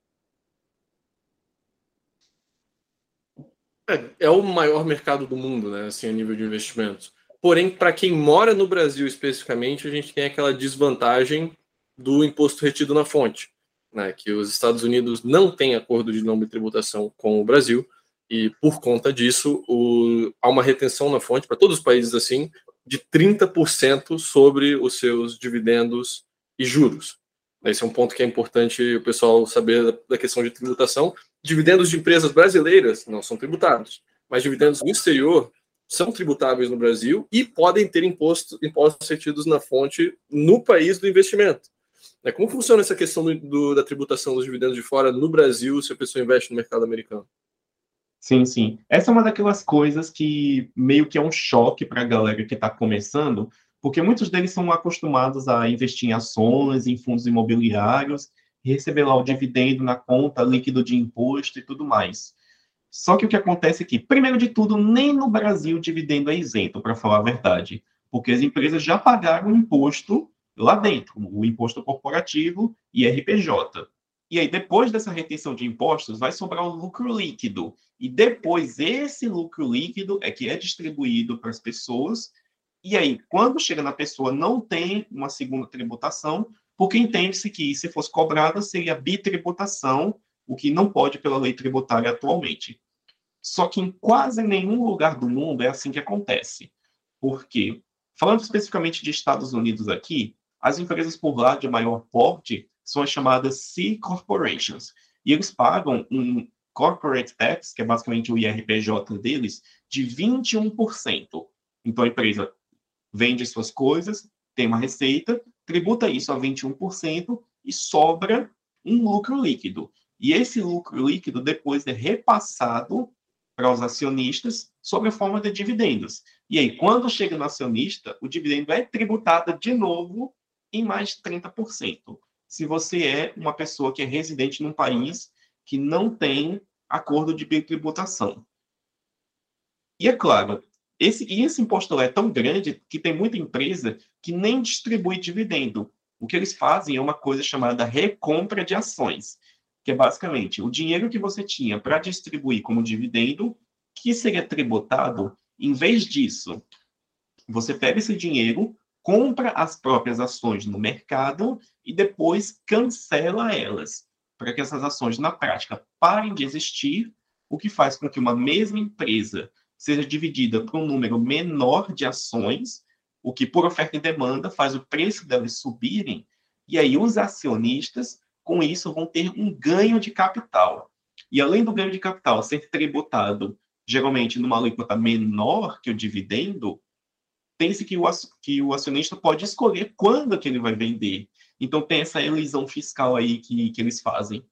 É o maior mercado do mundo, né, assim, a nível de investimentos. Porém, para quem mora no Brasil especificamente, a gente tem aquela desvantagem do imposto retido na fonte, né, que os Estados Unidos não têm acordo de não tributação com o Brasil, e por conta disso há uma retenção na fonte, para todos os países assim, de 30% sobre os seus dividendos e juros. Esse é um ponto que é importante o pessoal saber da questão de tributação. Dividendos de empresas brasileiras não são tributados, mas dividendos no exterior são tributáveis no Brasil e podem ter impostos retidos na fonte no país do investimento. Como funciona essa questão da tributação dos dividendos de fora no Brasil se a pessoa investe no mercado americano? Sim, sim. Essa é uma daquelas coisas que meio que é um choque para a galera que está começando, porque muitos deles são acostumados a investir em ações, em fundos imobiliários, e receber lá o dividendo na conta, líquido de imposto e tudo mais. Só que o que acontece é que, primeiro de tudo, nem no Brasil o dividendo é isento, para falar a verdade, porque as empresas já pagaram o imposto lá dentro, o imposto corporativo e RPJ. E aí, depois dessa retenção de impostos, vai sobrar o lucro líquido. E depois, esse lucro líquido é que é distribuído para as pessoas. E aí, quando chega na pessoa, não tem uma segunda tributação, porque entende-se que, se fosse cobrada, seria bitributação, o que não pode pela lei tributária atualmente. Só que em quase nenhum lugar do mundo é assim que acontece. Porque, falando especificamente de Estados Unidos aqui, as empresas por lá de maior porte são as chamadas C Corporations. E eles pagam um corporate tax, que é basicamente o IRPJ deles, de 21%. Então a empresa vende suas coisas, tem uma receita, tributa isso a 21% e sobra um lucro líquido. E esse lucro líquido depois é repassado para os acionistas sob a forma de dividendos. E aí, quando chega no acionista, o dividendo é tributado de novo em mais de 30%. Se você é uma pessoa que é residente num país que não tem acordo de tributação. E é claro, esse imposto é tão grande que tem muita empresa que nem distribui dividendo. O que eles fazem é uma coisa chamada recompra de ações, que é basicamente o dinheiro que você tinha para distribuir como dividendo, que seria tributado, em vez disso, você pega esse dinheiro, compra as próprias ações no mercado e depois cancela elas, para que essas ações, na prática, parem de existir, o que faz com que uma mesma empresa seja dividida por um número menor de ações, o que, por oferta e demanda, faz o preço delas subirem, e aí os acionistas, com isso, vão ter um ganho de capital. E além do ganho de capital ser tributado, geralmente, numa alíquota menor que o dividendo, pense que o acionista pode escolher quando que ele vai vender. Então, tem essa elisão fiscal aí que eles fazem.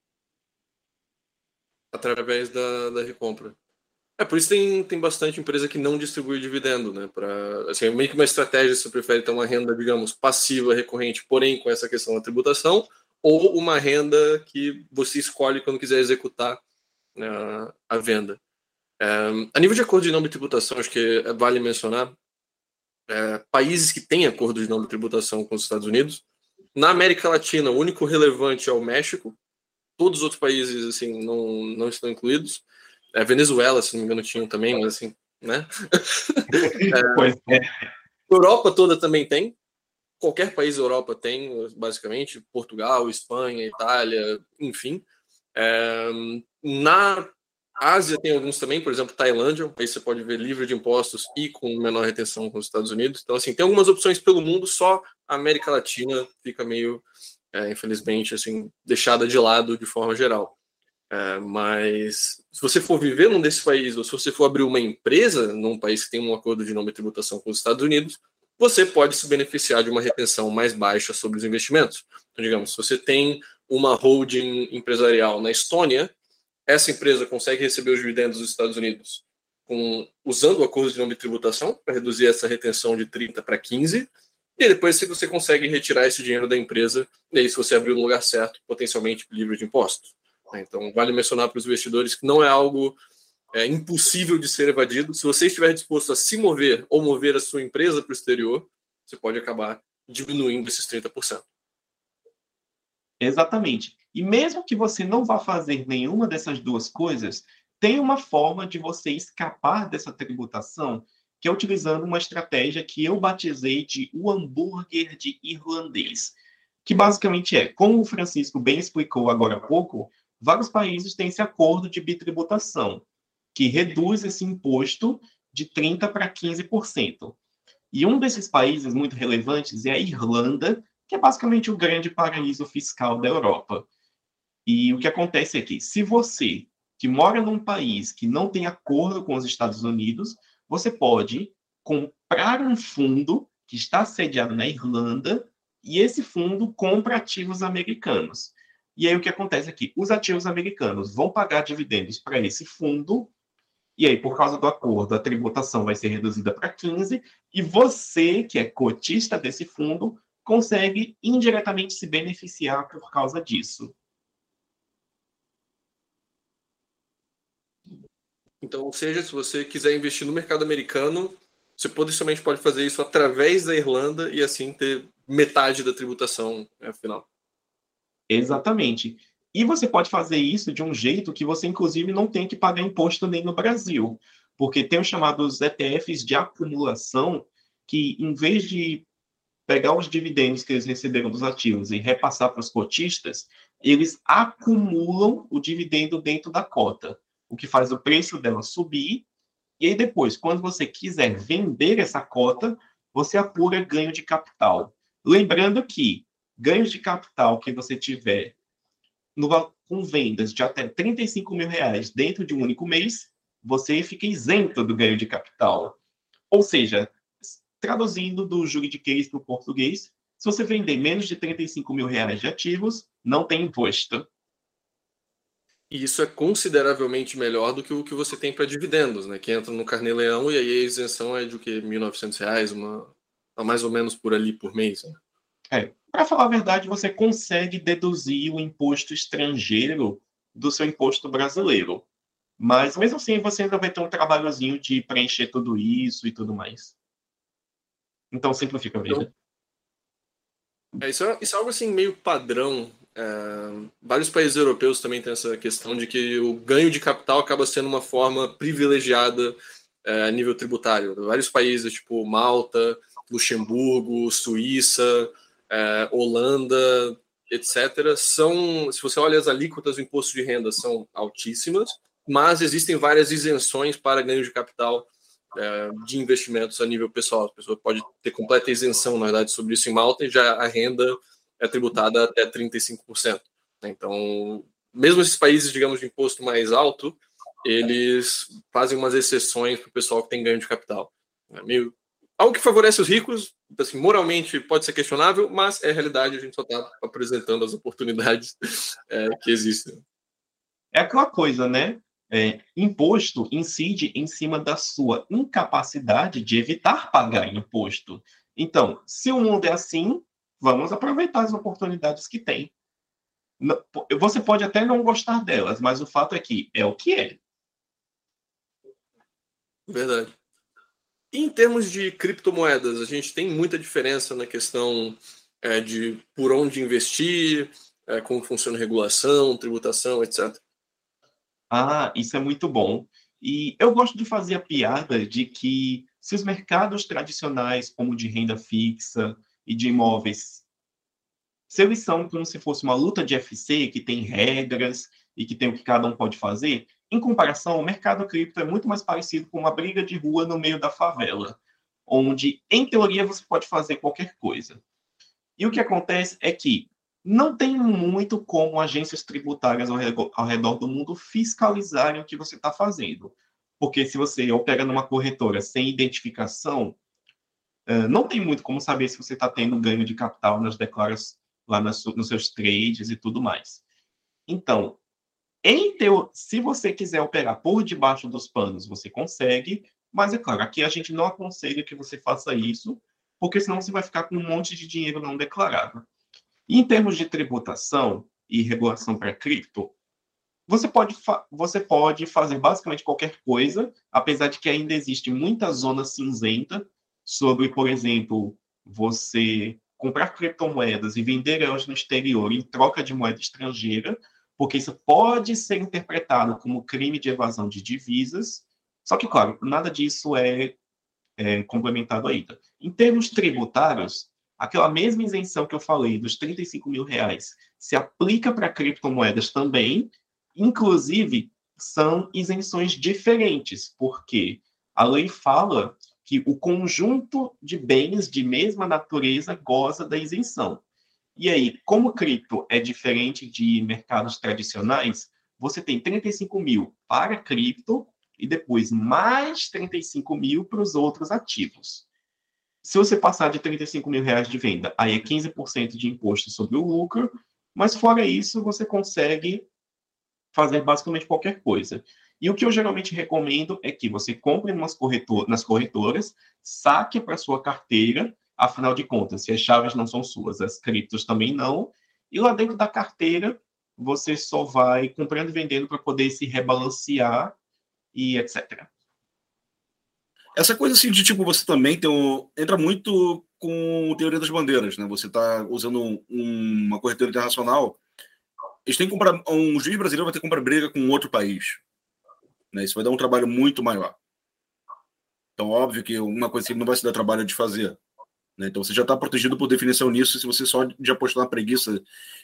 Através da recompra. Por isso tem bastante empresa que não distribui dividendo, né? Assim, meio que uma estratégia, se você prefere ter uma renda, digamos, passiva, recorrente, porém com essa questão da tributação, ou uma renda que você escolhe quando quiser executar, né, a venda. A nível de acordo de não tributação, acho que vale mencionar países que têm acordo de não tributação com os Estados Unidos. Na América Latina, o único relevante é o México. Todos os outros países assim não estão incluídos. Venezuela, se não me engano, tinham também, mas assim, né? Pois é. Europa toda também tem. Qualquer país da Europa tem, basicamente. Portugal, Espanha, Itália, enfim. Na Ásia tem alguns também, por exemplo, Tailândia, um país que você pode ver livre de impostos e com menor retenção com os Estados Unidos. Então, assim, tem algumas opções pelo mundo, só a América Latina fica meio, infelizmente, assim, deixada de lado de forma geral. Mas se você for viver num desses países, ou se você for abrir uma empresa num país que tem um acordo de não tributação com os Estados Unidos, você pode se beneficiar de uma retenção mais baixa sobre os investimentos. Então, digamos, se você tem uma holding empresarial na Estônia, essa empresa consegue receber os dividendos dos Estados Unidos usando o acordo de não tributação para reduzir essa retenção de 30 para 15, e depois se você consegue retirar esse dinheiro da empresa, e aí se você abrir no lugar certo, potencialmente livre de impostos. Então, vale mencionar para os investidores que não é algo impossível de ser evadido. Se você estiver disposto a se mover ou mover a sua empresa para o exterior, você pode acabar diminuindo esses 30%. Exatamente. E mesmo que você não vá fazer nenhuma dessas duas coisas, tem uma forma de você escapar dessa tributação, que é utilizando uma estratégia que eu batizei de o hambúrguer de irlandês, que basicamente é, como o Francisco bem explicou agora há pouco, vários países têm esse acordo de bitributação, que reduz esse imposto de 30% para 15%. E um desses países muito relevantes é a Irlanda, que é basicamente o grande paraíso fiscal da Europa. E o que acontece é que, se você que mora num país que não tem acordo com os Estados Unidos, você pode comprar um fundo que está sediado na Irlanda e esse fundo compra ativos americanos. E aí o que acontece aqui? Os ativos americanos vão pagar dividendos para esse fundo e aí, por causa do acordo, a tributação vai ser reduzida para 15%, e você, que é cotista desse fundo, consegue indiretamente se beneficiar por causa disso. Então, ou seja, se você quiser investir no mercado americano, você potencialmente pode fazer isso através da Irlanda e assim ter metade da tributação final. Exatamente. E você pode fazer isso de um jeito que você, inclusive, não tem que pagar imposto nem no Brasil, porque tem os chamados ETFs de acumulação, que em vez de pegar os dividendos que eles receberam dos ativos e repassar para os cotistas, eles acumulam o dividendo dentro da cota, o que faz o preço dela subir, e aí depois, quando você quiser vender essa cota, você apura ganho de capital. Lembrando que ganhos de capital que você tiver com vendas de até R$ 35.000 dentro de um único mês, você fica isento do ganho de capital. Ou seja, traduzindo do juridiquês para o português, se você vender menos de R$ 35.000 de ativos, não tem imposto. E isso é consideravelmente melhor do que o que você tem para dividendos, né? Que entra no Carnê-Leão e aí a isenção é de o quê? R$ 1.900, mais ou menos por ali por mês. Né? Para falar a verdade, você consegue deduzir o imposto estrangeiro do seu imposto brasileiro. Mas, mesmo assim, você ainda vai ter um trabalhozinho de preencher tudo isso e tudo mais. Então, simplifica a vida. Isso é algo assim meio padrão. Vários países europeus também têm essa questão de que o ganho de capital acaba sendo uma forma privilegiada a nível tributário. Vários países, tipo Malta, Luxemburgo, Suíça, Holanda, etc., se você olha as alíquotas do imposto de renda, são altíssimas, mas existem várias isenções para ganho de capital de investimentos a nível pessoal. A pessoa pode ter completa isenção, na verdade, sobre isso em Malta, e já a renda é tributada até 35%. Então, mesmo esses países, digamos, de imposto mais alto, eles fazem umas exceções para o pessoal que tem ganho de capital. Algo que favorece os ricos, assim, moralmente pode ser questionável, mas é a realidade, a gente só está apresentando as oportunidades que existem. É aquela coisa, né? Imposto incide em cima da sua incapacidade de evitar pagar imposto. Então, se o mundo é assim, vamos aproveitar as oportunidades que tem. Você pode até não gostar delas, mas o fato é que é o que é. Verdade. E em termos de criptomoedas, a gente tem muita diferença na questão de por onde investir, como funciona a regulação, tributação, etc. Isso é muito bom. E eu gosto de fazer a piada de que se os mercados tradicionais, como de renda fixa e de imóveis, se eles são como se fosse uma luta de UFC, que tem regras e que tem o que cada um pode fazer, em comparação, o mercado cripto é muito mais parecido com uma briga de rua no meio da favela, onde, em teoria, você pode fazer qualquer coisa. E o que acontece é que não tem muito como agências tributárias ao redor do mundo fiscalizarem o que você está fazendo. Porque se você opera numa corretora sem identificação, não tem muito como saber se você está tendo ganho de capital nas declarações, lá nos seus trades e tudo mais. Então, se você quiser operar por debaixo dos panos, você consegue, mas é claro, aqui a gente não aconselha que você faça isso, porque senão você vai ficar com um monte de dinheiro não declarado. E em termos de tributação e regulação para cripto, Você pode fazer basicamente qualquer coisa, apesar de que ainda existe muita zona cinzenta sobre, por exemplo, você comprar criptomoedas e vender elas no exterior em troca de moeda estrangeira, porque isso pode ser interpretado como crime de evasão de divisas. Só que, claro, nada disso é complementado ainda. Em termos tributários, aquela mesma isenção que eu falei dos R$ 35.000 se aplica para criptomoedas também, inclusive são isenções diferentes, porque a lei fala que o conjunto de bens de mesma natureza goza da isenção. E aí, como cripto é diferente de mercados tradicionais, você tem 35 mil para cripto e depois mais 35 mil para os outros ativos. Se você passar de R$ 35.000 de venda, aí é 15% de imposto sobre o lucro, mas fora isso, você consegue fazer basicamente qualquer coisa. E o que eu geralmente recomendo é que você compre nas corretoras, saque para sua carteira, afinal de contas, se as chaves não são suas, as criptos também não, e lá dentro da carteira você só vai comprando e vendendo para poder se rebalancear e etc. Essa coisa assim de tipo, você também entra muito com teoria das bandeiras, né? Você está usando uma corretora internacional, eles têm que comprar, um juiz brasileiro vai ter que comprar briga com outro país, né? Isso vai dar um trabalho muito maior. Então, óbvio que uma coisa que não vai se dar trabalho de fazer, né? Então, você já está protegido por definição nisso, se você só de apostar na preguiça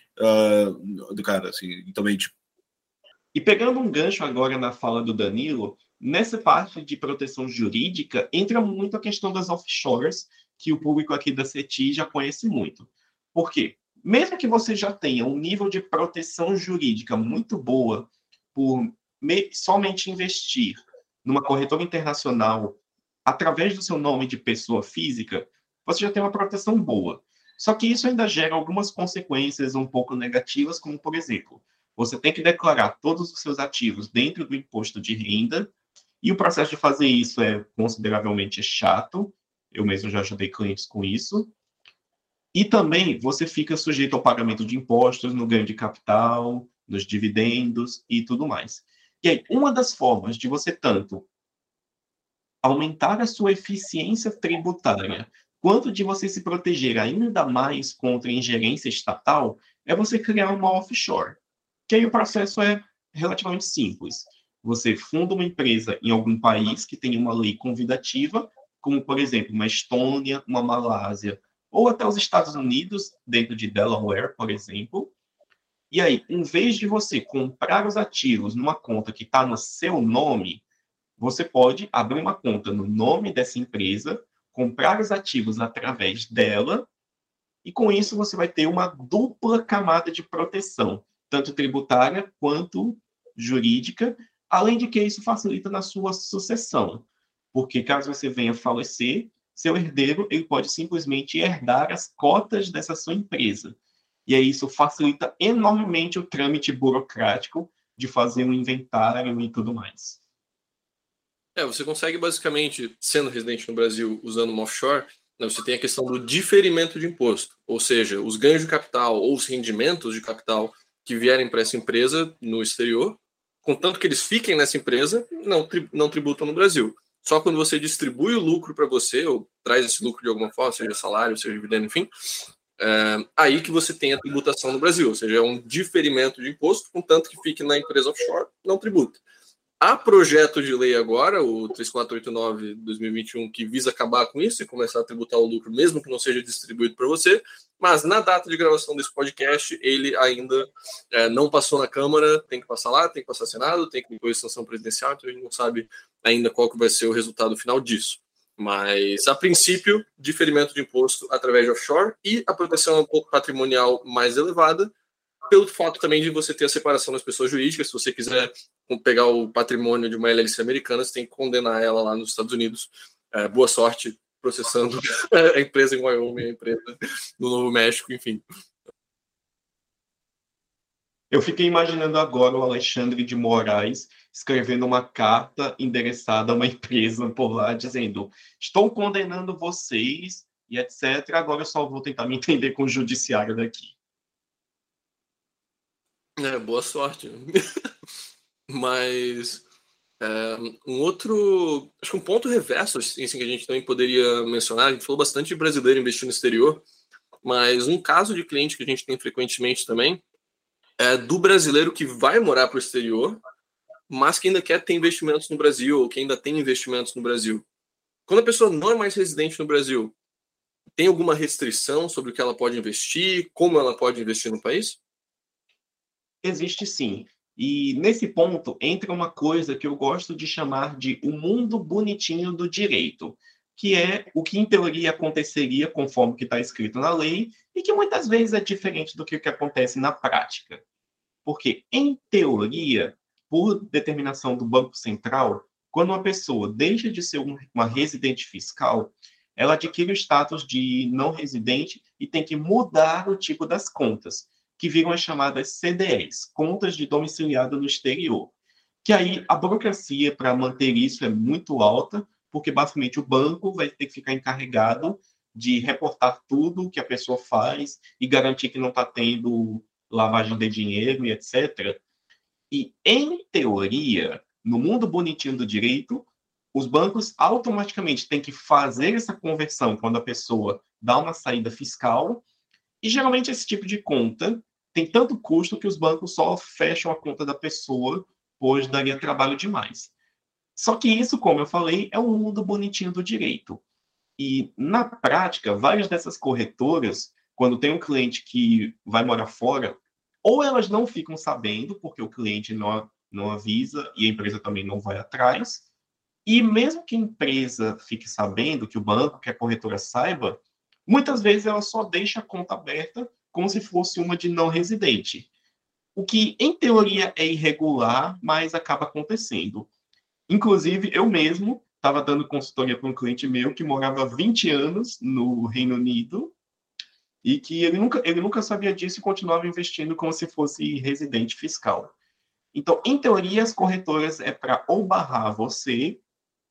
do cara, assim, e também, tipo... E pegando um gancho agora na fala do Danilo, nessa parte de proteção jurídica, entra muito a questão das offshores, que o público aqui da CETI já conhece muito. Por quê? Mesmo que você já tenha um nível de proteção jurídica muito boa por somente investir numa corretora internacional através do seu nome de pessoa física, você já tem uma proteção boa. Só que isso ainda gera algumas consequências um pouco negativas, como, por exemplo, você tem que declarar todos os seus ativos dentro do imposto de renda, e o processo de fazer isso é consideravelmente chato. Eu mesmo já ajudei clientes com isso. E também você fica sujeito ao pagamento de impostos no ganho de capital, nos dividendos e tudo mais. E aí, uma das formas de você tanto aumentar a sua eficiência tributária, quanto de você se proteger ainda mais contra a ingerência estatal, é você criar uma offshore. Que aí o processo é relativamente simples. Você funda uma empresa em algum país que tem uma lei convidativa, como, por exemplo, uma Estônia, uma Malásia, ou até os Estados Unidos, dentro de Delaware, por exemplo. E aí, em vez de você comprar os ativos numa conta que está no seu nome, você pode abrir uma conta no nome dessa empresa, comprar os ativos através dela, e com isso você vai ter uma dupla camada de proteção, tanto tributária quanto jurídica, além de que isso facilita na sua sucessão, porque caso você venha falecer, seu herdeiro ele pode simplesmente herdar as cotas dessa sua empresa. E aí isso facilita enormemente o trâmite burocrático de fazer um inventário e tudo mais. Você consegue basicamente, sendo residente no Brasil, usando uma offshore, né, você tem a questão do diferimento de imposto, ou seja, os ganhos de capital ou os rendimentos de capital que vierem para essa empresa no exterior, contanto que eles fiquem nessa empresa, não tributam no Brasil. Só quando você distribui o lucro para você, ou traz esse lucro de alguma forma, seja salário, seja dividendo, enfim, aí que você tem a tributação no Brasil, ou seja, é um diferimento de imposto, contanto que fique na empresa offshore, não tributa. Há projeto de lei agora, o 3489 de 2021, que visa acabar com isso e começar a tributar o lucro, mesmo que não seja distribuído para você, mas na data de gravação desse podcast, ele ainda não passou na Câmara, tem que passar lá, tem que passar no Senado, tem que depois sanção presidencial, então a gente não sabe ainda qual que vai ser o resultado final disso. Mas, a princípio, diferimento de imposto através de offshore e a proteção patrimonial mais elevada, pelo fato também de você ter a separação das pessoas jurídicas. Se você quiser pegar o patrimônio de uma LLC americana, você tem que condenar ela lá nos Estados Unidos. Boa sorte processando a empresa em Wyoming, a empresa no Novo México, enfim. Eu fiquei imaginando agora o Alexandre de Moraes escrevendo uma carta endereçada a uma empresa por lá, dizendo: estou condenando vocês e etc. Agora eu só vou tentar me entender com o judiciário daqui. Boa sorte. Mas acho que um ponto reverso assim, que a gente também poderia mencionar, a gente falou bastante de brasileiro investindo no exterior, mas um caso de cliente que a gente tem frequentemente também é do brasileiro que vai morar para o exterior, mas que ainda quer ter investimentos no Brasil, ou que ainda tem investimentos no Brasil. Quando a pessoa não é mais residente no Brasil, tem alguma restrição sobre o que ela pode investir, como ela pode investir no país? Existe sim. E nesse ponto entra uma coisa que eu gosto de chamar de o mundo bonitinho do direito, que é o que em teoria aconteceria conforme que está escrito na lei e que muitas vezes é diferente do que acontece na prática. Porque, em teoria, por determinação do Banco Central, quando uma pessoa deixa de ser uma residente fiscal, ela adquire o status de não residente e tem que mudar o tipo das contas, que viram as chamadas CDEs, contas de domiciliado no exterior. Que aí a burocracia para manter isso é muito alta, porque basicamente o banco vai ter que ficar encarregado de reportar tudo que a pessoa faz e garantir que não está tendo lavagem de dinheiro e etc. E, em teoria, no mundo bonitinho do direito, os bancos automaticamente têm que fazer essa conversão quando a pessoa dá uma saída fiscal, e geralmente esse tipo de conta tem tanto custo que os bancos só fecham a conta da pessoa, pois daria trabalho demais. Só que isso, como eu falei, é um mundo bonitinho do direito. E, na prática, várias dessas corretoras, quando tem um cliente que vai morar fora, ou elas não ficam sabendo, porque o cliente não avisa e a empresa também não vai atrás, e mesmo que a empresa fique sabendo, que o banco, que a corretora saiba, muitas vezes ela só deixa a conta aberta como se fosse uma de não residente. O que, em teoria, é irregular, mas acaba acontecendo. Inclusive, eu mesmo estava dando consultoria para um cliente meu que morava 20 anos no Reino Unido e que ele nunca sabia disso e continuava investindo como se fosse residente fiscal. Então, em teoria, as corretoras é para ou barrar você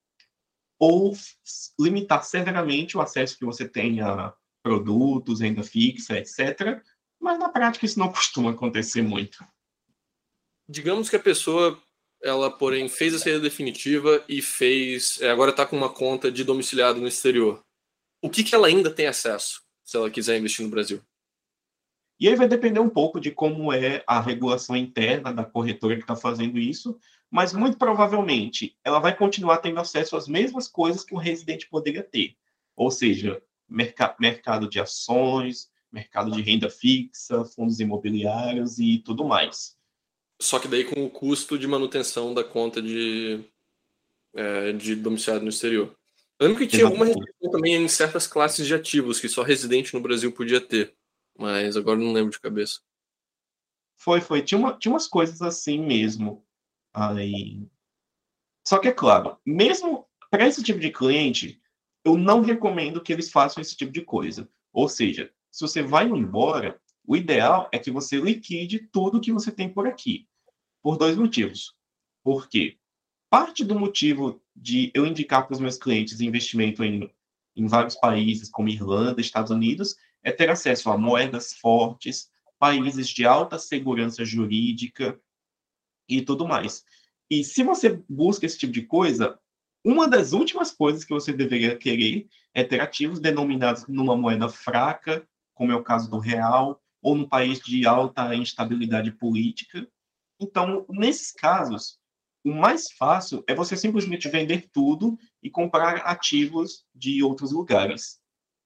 ou limitar severamente o acesso que você tem a produtos, renda fixa, etc. Mas na prática isso não costuma acontecer muito. Digamos que a pessoa, ela, porém, fez a saída definitiva e agora está com uma conta de domiciliado no exterior. O que ela ainda tem acesso, se ela quiser investir no Brasil? E aí vai depender um pouco de como é a regulação interna da corretora que está fazendo isso, mas muito provavelmente ela vai continuar tendo acesso às mesmas coisas que um residente poderia ter. Ou seja, mercado de ações, mercado de renda fixa, fundos imobiliários e tudo mais. Só que daí com o custo de manutenção da conta de domiciliado no exterior. Eu lembro que tinha alguma restrição também em certas classes de ativos que só residente no Brasil podia ter, mas agora não lembro de cabeça. Foi. Tinha umas coisas assim mesmo. Aí... Só que, é claro, mesmo para esse tipo de cliente, eu não recomendo que eles façam esse tipo de coisa. Ou seja, se você vai embora, o ideal é que você liquide tudo que você tem por aqui. Por dois motivos. Por quê? Parte do motivo de eu indicar para os meus clientes investimento em vários países, como Irlanda, Estados Unidos, é ter acesso a moedas fortes, países de alta segurança jurídica e tudo mais. E se você busca esse tipo de coisa, uma das últimas coisas que você deveria querer é ter ativos denominados numa moeda fraca, como é o caso do real, ou num país de alta instabilidade política. Então, nesses casos, o mais fácil é você simplesmente vender tudo e comprar ativos de outros lugares.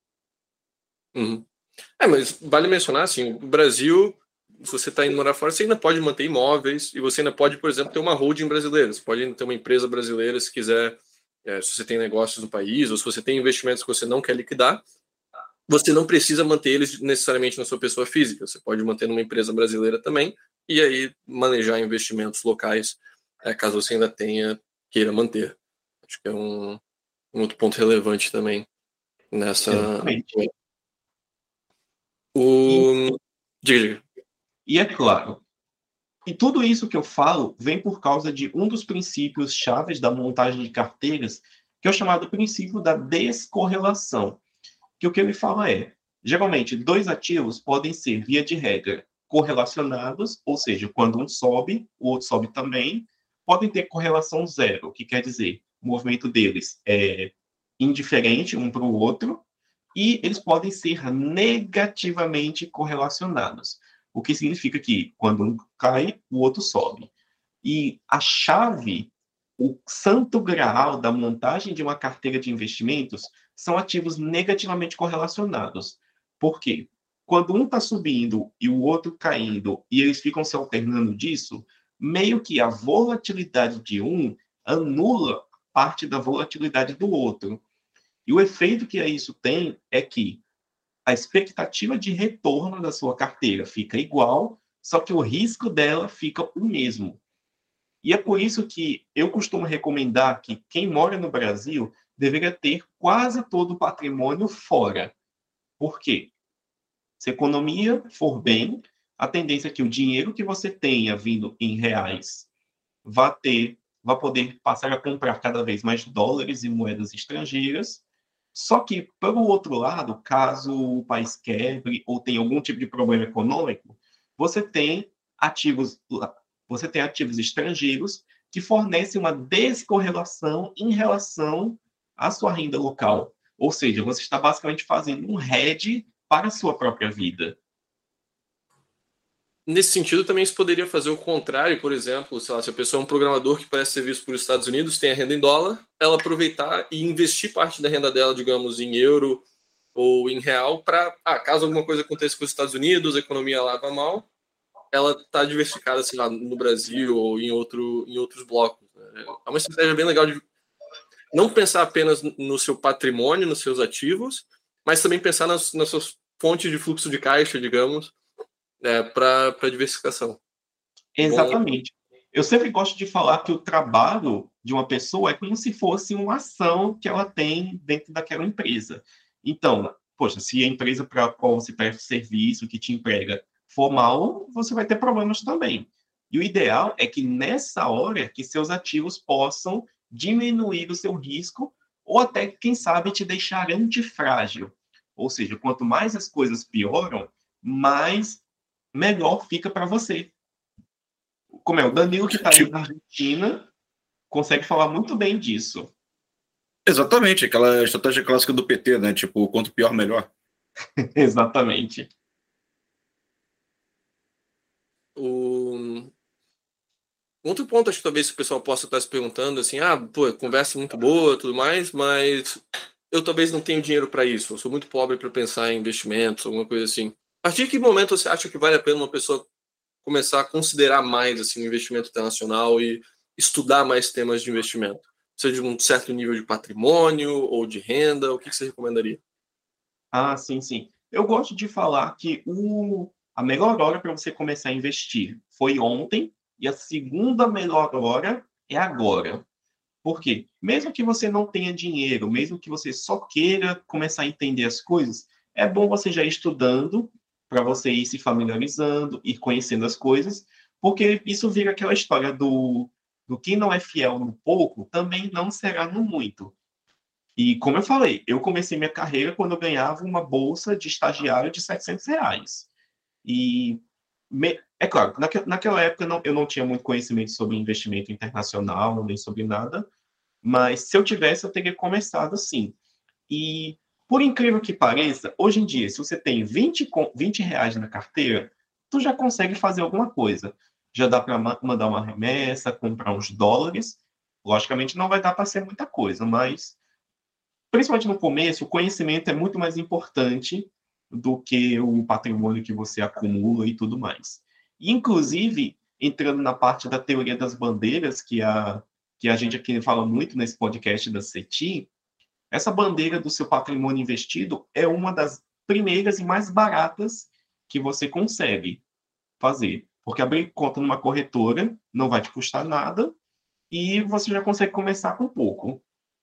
Uhum. Mas vale mencionar, assim, o Brasil, se você está indo morar fora, você ainda pode manter imóveis e você ainda pode, por exemplo, ter uma holding brasileira. Você pode ainda ter uma empresa brasileira se quiser, se você tem negócios no país ou se você tem investimentos que você não quer liquidar, você não precisa manter eles necessariamente na sua pessoa física. Você pode manter numa empresa brasileira também e aí manejar investimentos locais, caso você ainda queira manter. Acho que é um outro ponto relevante também nessa... Exatamente. Diga. E é claro, e tudo isso que eu falo vem por causa de um dos princípios chaves da montagem de carteiras, que é o chamado princípio da descorrelação. Que o que ele fala é, geralmente, dois ativos podem ser, via de regra, correlacionados, ou seja, quando um sobe, o outro sobe também. Podem ter correlação zero, o que quer dizer, o movimento deles é indiferente um para o outro, e eles podem ser negativamente correlacionados, o que significa que quando um cai, o outro sobe. E a chave, o santo graal da montagem de uma carteira de investimentos são ativos negativamente correlacionados. Por quê? Quando um está subindo e o outro caindo, e eles ficam se alternando disso, meio que a volatilidade de um anula parte da volatilidade do outro. E o efeito que isso tem é que a expectativa de retorno da sua carteira fica igual, só que o risco dela fica o mesmo. E é por isso que eu costumo recomendar que quem mora no Brasil deveria ter quase todo o patrimônio fora. Por quê? Se a economia for bem, a tendência é que o dinheiro que você tenha vindo em reais vai poder passar a comprar cada vez mais dólares e moedas estrangeiras. Só que, pelo outro lado, caso o país quebre ou tenha algum tipo de problema econômico, você tem ativos, você tem ativos estrangeiros que fornecem uma descorrelação em relação à sua renda local. Ou seja, você está basicamente fazendo um hedge para a sua própria vida. Nesse sentido, também se poderia fazer o contrário, por exemplo, sei lá, se a pessoa é um programador que presta serviço para os Estados Unidos, tem a renda em dólar, ela aproveitar e investir parte da renda dela, digamos, em euro ou em real, para, caso alguma coisa aconteça com os Estados Unidos, a economia lá vá mal, ela está diversificada, sei lá, no Brasil ou em outros blocos. É uma estratégia bem legal de não pensar apenas no seu patrimônio, nos seus ativos, mas também pensar nas suas fontes de fluxo de caixa, digamos, para diversificação. Exatamente. Eu sempre gosto de falar que o trabalho de uma pessoa é como se fosse uma ação que ela tem dentro daquela empresa. Então, poxa, se a empresa para a qual você presta serviço, que te emprega, for mal, você vai ter problemas também. E o ideal é que nessa hora que seus ativos possam diminuir o seu risco ou até, quem sabe, te deixar antifrágil. Ou seja, quanto mais as coisas pioram, mais melhor fica para você. Como é, o Danilo que está aí na Argentina consegue falar muito bem disso. Exatamente, aquela estratégia clássica do PT, né? Tipo, quanto pior, melhor. Exatamente. Outro ponto, acho que talvez o pessoal possa estar se perguntando, assim, conversa muito boa, tudo mais, mas eu talvez não tenho dinheiro para isso, eu sou muito pobre para pensar em investimentos, alguma coisa assim. A partir de que momento você acha que vale a pena uma pessoa começar a considerar mais assim, o investimento internacional e estudar mais temas de investimento? Seja de um certo nível de patrimônio ou de renda, o que você recomendaria? Sim, sim. Eu gosto de falar que a melhor hora para você começar a investir foi ontem e a segunda melhor hora é agora. Por quê? Mesmo que você não tenha dinheiro, mesmo que você só queira começar a entender as coisas, é bom você já ir estudando para você ir se familiarizando, ir conhecendo as coisas, porque isso vira aquela história do que não é fiel no pouco, também não será no muito. E como eu falei, eu comecei minha carreira quando eu ganhava uma bolsa de estagiário de R$ 700. E, é claro, naquela época eu não tinha muito conhecimento sobre investimento internacional, nem sobre nada, mas se eu tivesse, eu teria começado assim. E, por incrível que pareça, hoje em dia, se você tem R$ 20 na carteira, tu já consegue fazer alguma coisa. Já dá para mandar uma remessa, comprar uns dólares. Logicamente, não vai dar para ser muita coisa, mas, principalmente no começo, o conhecimento é muito mais importante do que o patrimônio que você acumula e tudo mais. Inclusive, entrando na parte da teoria das bandeiras, que a gente aqui fala muito nesse podcast da CETI, essa bandeira do seu patrimônio investido é uma das primeiras e mais baratas que você consegue fazer. Porque abrir conta numa corretora não vai te custar nada e você já consegue começar com pouco.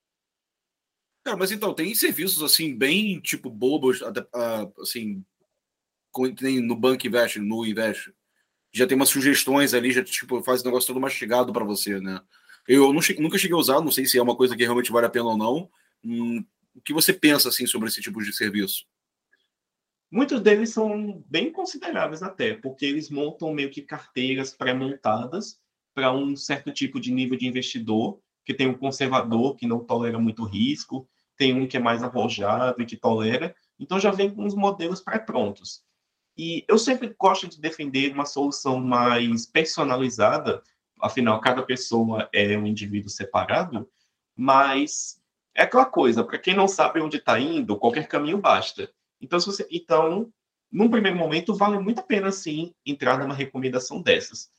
Cara, mas então, tem serviços assim, bem tipo bobos, assim, tem no Banco Invest, no Invest. Já tem umas sugestões ali, já tipo, faz o negócio todo mastigado para você, né? Eu nunca cheguei a usar, não sei se é uma coisa que realmente vale a pena ou não. O que você pensa assim sobre esse tipo de serviço? Muitos deles são bem consideráveis até, porque eles montam meio que carteiras pré-montadas para um certo tipo de nível de investidor, que tem um conservador que não tolera muito risco, tem um que é mais arrojado e que tolera. Então já vem com os modelos pré-prontos. E eu sempre gosto de defender uma solução mais personalizada, afinal, cada pessoa é um indivíduo separado, mas é aquela coisa, para quem não sabe onde está indo, qualquer caminho basta. Então, num primeiro momento, vale muito a pena, sim, entrar numa recomendação dessas.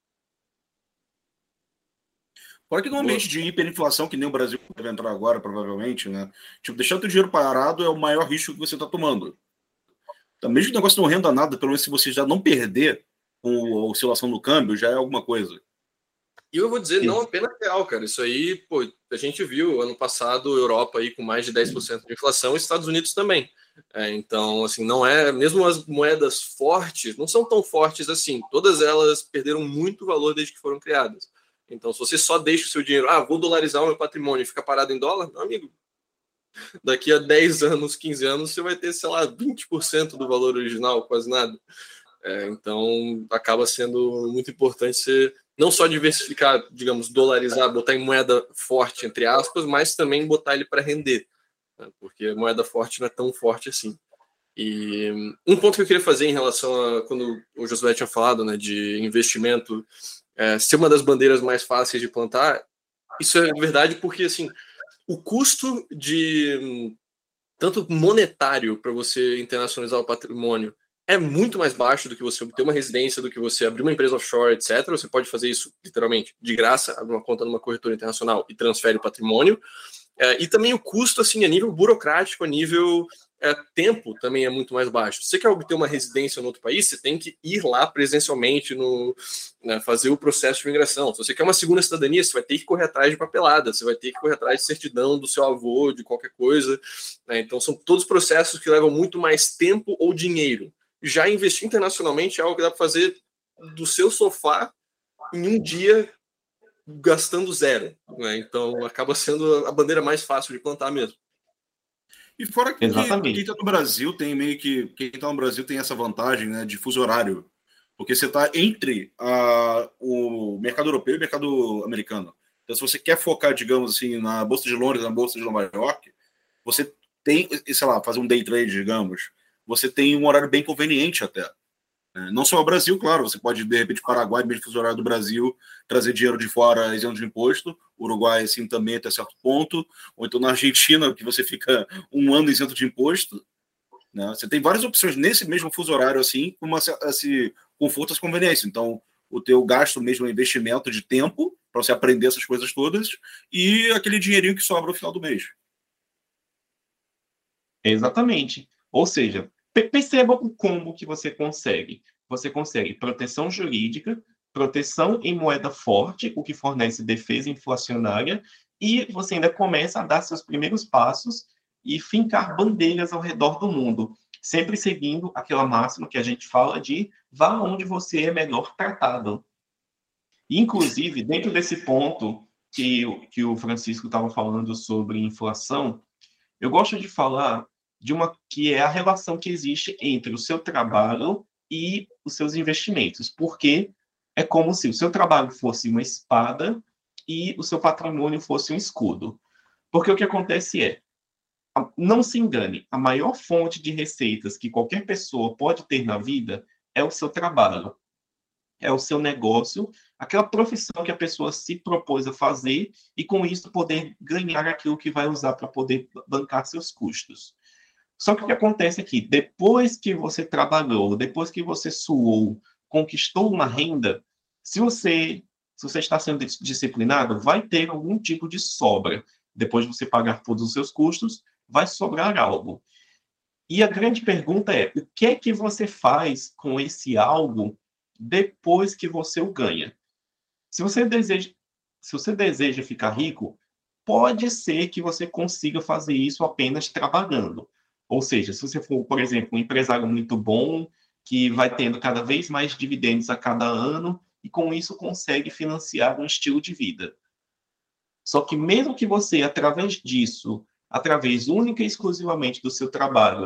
Fora que num ambiente de hiperinflação, que nem o Brasil deve entrar agora, provavelmente, né? Tipo, deixar o teu dinheiro parado é o maior risco que você está tomando. Então, mesmo que o negócio não renda nada, pelo menos se você já não perder com a oscilação do câmbio, já é alguma coisa. E eu vou dizer, não apenas real, cara. Isso aí, pô, a gente viu ano passado Europa aí com mais de 10% de inflação e Estados Unidos também. Então, assim, não é... Mesmo as moedas fortes, não são tão fortes assim. Todas elas perderam muito valor desde que foram criadas. Então, se você só deixa o seu dinheiro... vou dolarizar o meu patrimônio e ficar parado em dólar, meu amigo, daqui a 10 anos, 15 anos, você vai ter, sei lá, 20% do valor original, quase nada. Então, acaba sendo muito importante você não só diversificar, digamos, dolarizar, botar em moeda forte, entre aspas, mas também botar ele para render, né? Porque a moeda forte não é tão forte assim. E um ponto que eu queria fazer em relação a quando o Josué tinha falado, né, de investimento ser uma das bandeiras mais fáceis de plantar, isso é verdade porque, assim, o custo de tanto monetário para você internacionalizar o patrimônio é muito mais baixo do que você obter uma residência, do que você abrir uma empresa offshore, etc. Você pode fazer isso literalmente de graça, abre uma conta numa corretora internacional e transfere o patrimônio. E também o custo, assim, a nível burocrático, a nível tempo, também é muito mais baixo. Se você quer obter uma residência em outro país, você tem que ir lá presencialmente fazer o processo de imigração. Se você quer uma segunda cidadania, você vai ter que correr atrás de papelada, você vai ter que correr atrás de certidão do seu avô, de qualquer coisa. Então, são todos processos que levam muito mais tempo ou dinheiro. Já investir internacionalmente é algo que dá para fazer do seu sofá em um dia, gastando zero, né? Então acaba sendo a bandeira mais fácil de plantar mesmo. E fora que quem está no Brasil tem quem está no Brasil tem essa vantagem, né, de fuso horário, porque você está entre o mercado europeu e o mercado americano. Então, se você quer focar, digamos assim, na Bolsa de Londres, na Bolsa de Nova York, você tem, sei lá, fazer um day trade, digamos, você tem um horário bem conveniente até. Não só o Brasil, claro, você pode, de repente, Paraguai, mesmo fuso horário do Brasil, trazer dinheiro de fora isento de imposto, Uruguai, assim, também até certo ponto, ou então na Argentina, que você fica um ano isento de imposto, né? Você tem várias opções nesse mesmo fuso horário, assim, com esse conforto e conveniência. Então, o teu gasto mesmo é investimento de tempo, para você aprender essas coisas todas, e aquele dinheirinho que sobra no final do mês. Exatamente. Ou seja, perceba o combo que você consegue. Você consegue proteção jurídica, proteção em moeda forte, o que fornece defesa inflacionária, e você ainda começa a dar seus primeiros passos e fincar bandeiras ao redor do mundo, sempre seguindo aquela máxima que a gente fala de vá onde você é melhor tratado. Inclusive, dentro desse ponto que o Francisco estava falando sobre inflação, eu gosto de falar de uma que é a relação que existe entre o seu trabalho e os seus investimentos, porque é como se o seu trabalho fosse uma espada e o seu patrimônio fosse um escudo. Porque o que acontece não se engane, a maior fonte de receitas que qualquer pessoa pode ter na vida é o seu trabalho, é o seu negócio, aquela profissão que a pessoa se propôs a fazer e com isso poder ganhar aquilo que vai usar para poder bancar seus custos. Só que o que acontece aqui, depois que você trabalhou, depois que você suou, conquistou uma renda, se você está sendo disciplinado, vai ter algum tipo de sobra. Depois de você pagar todos os seus custos, vai sobrar algo. E a grande pergunta é, o que é que você faz com esse algo depois que você o ganha? Se você deseja ficar rico, pode ser que você consiga fazer isso apenas trabalhando. Ou seja, se você for, por exemplo, um empresário muito bom, que vai tendo cada vez mais dividendos a cada ano, e com isso consegue financiar um estilo de vida. Só que mesmo que você, através disso, através única e exclusivamente do seu trabalho,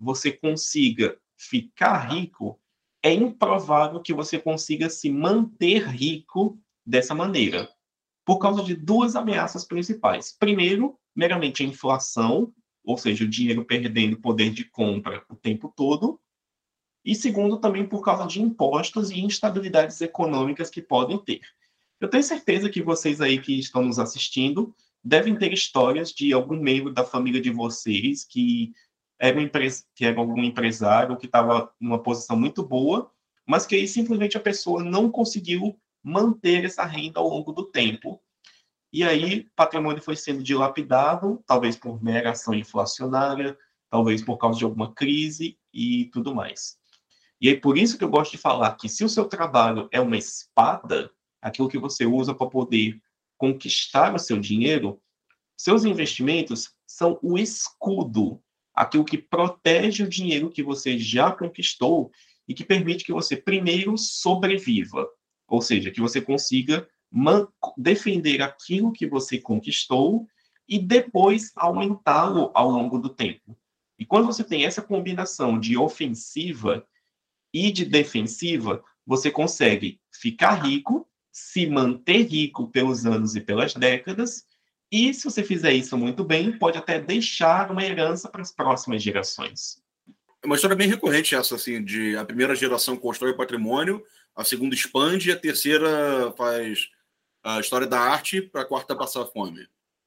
você consiga ficar rico, é improvável que você consiga se manter rico dessa maneira, por causa de duas ameaças principais. Primeiro, meramente a inflação, ou seja, o dinheiro perdendo poder de compra o tempo todo. E segundo, também por causa de impostos e instabilidades econômicas que podem ter. Eu tenho certeza que vocês aí que estão nos assistindo devem ter histórias de algum membro da família de vocês que era algum empresário que estava numa posição muito boa, mas que aí simplesmente a pessoa não conseguiu manter essa renda ao longo do tempo. E aí o patrimônio foi sendo dilapidado, talvez por mera ação inflacionária, talvez por causa de alguma crise e tudo mais. E aí por isso que eu gosto de falar que se o seu trabalho é uma espada, aquilo que você usa para poder conquistar o seu dinheiro, seus investimentos são o escudo, aquilo que protege o dinheiro que você já conquistou e que permite que você primeiro sobreviva, ou seja, que você consiga defender aquilo que você conquistou e depois aumentá-lo ao longo do tempo. E quando você tem essa combinação de ofensiva e de defensiva, você consegue ficar rico, se manter rico pelos anos e pelas décadas, e se você fizer isso muito bem, pode até deixar uma herança para as próximas gerações. É uma história bem recorrente essa, assim, de a primeira geração constrói patrimônio, a segunda expande e a terceira faz a história da arte para a quarta passar fome.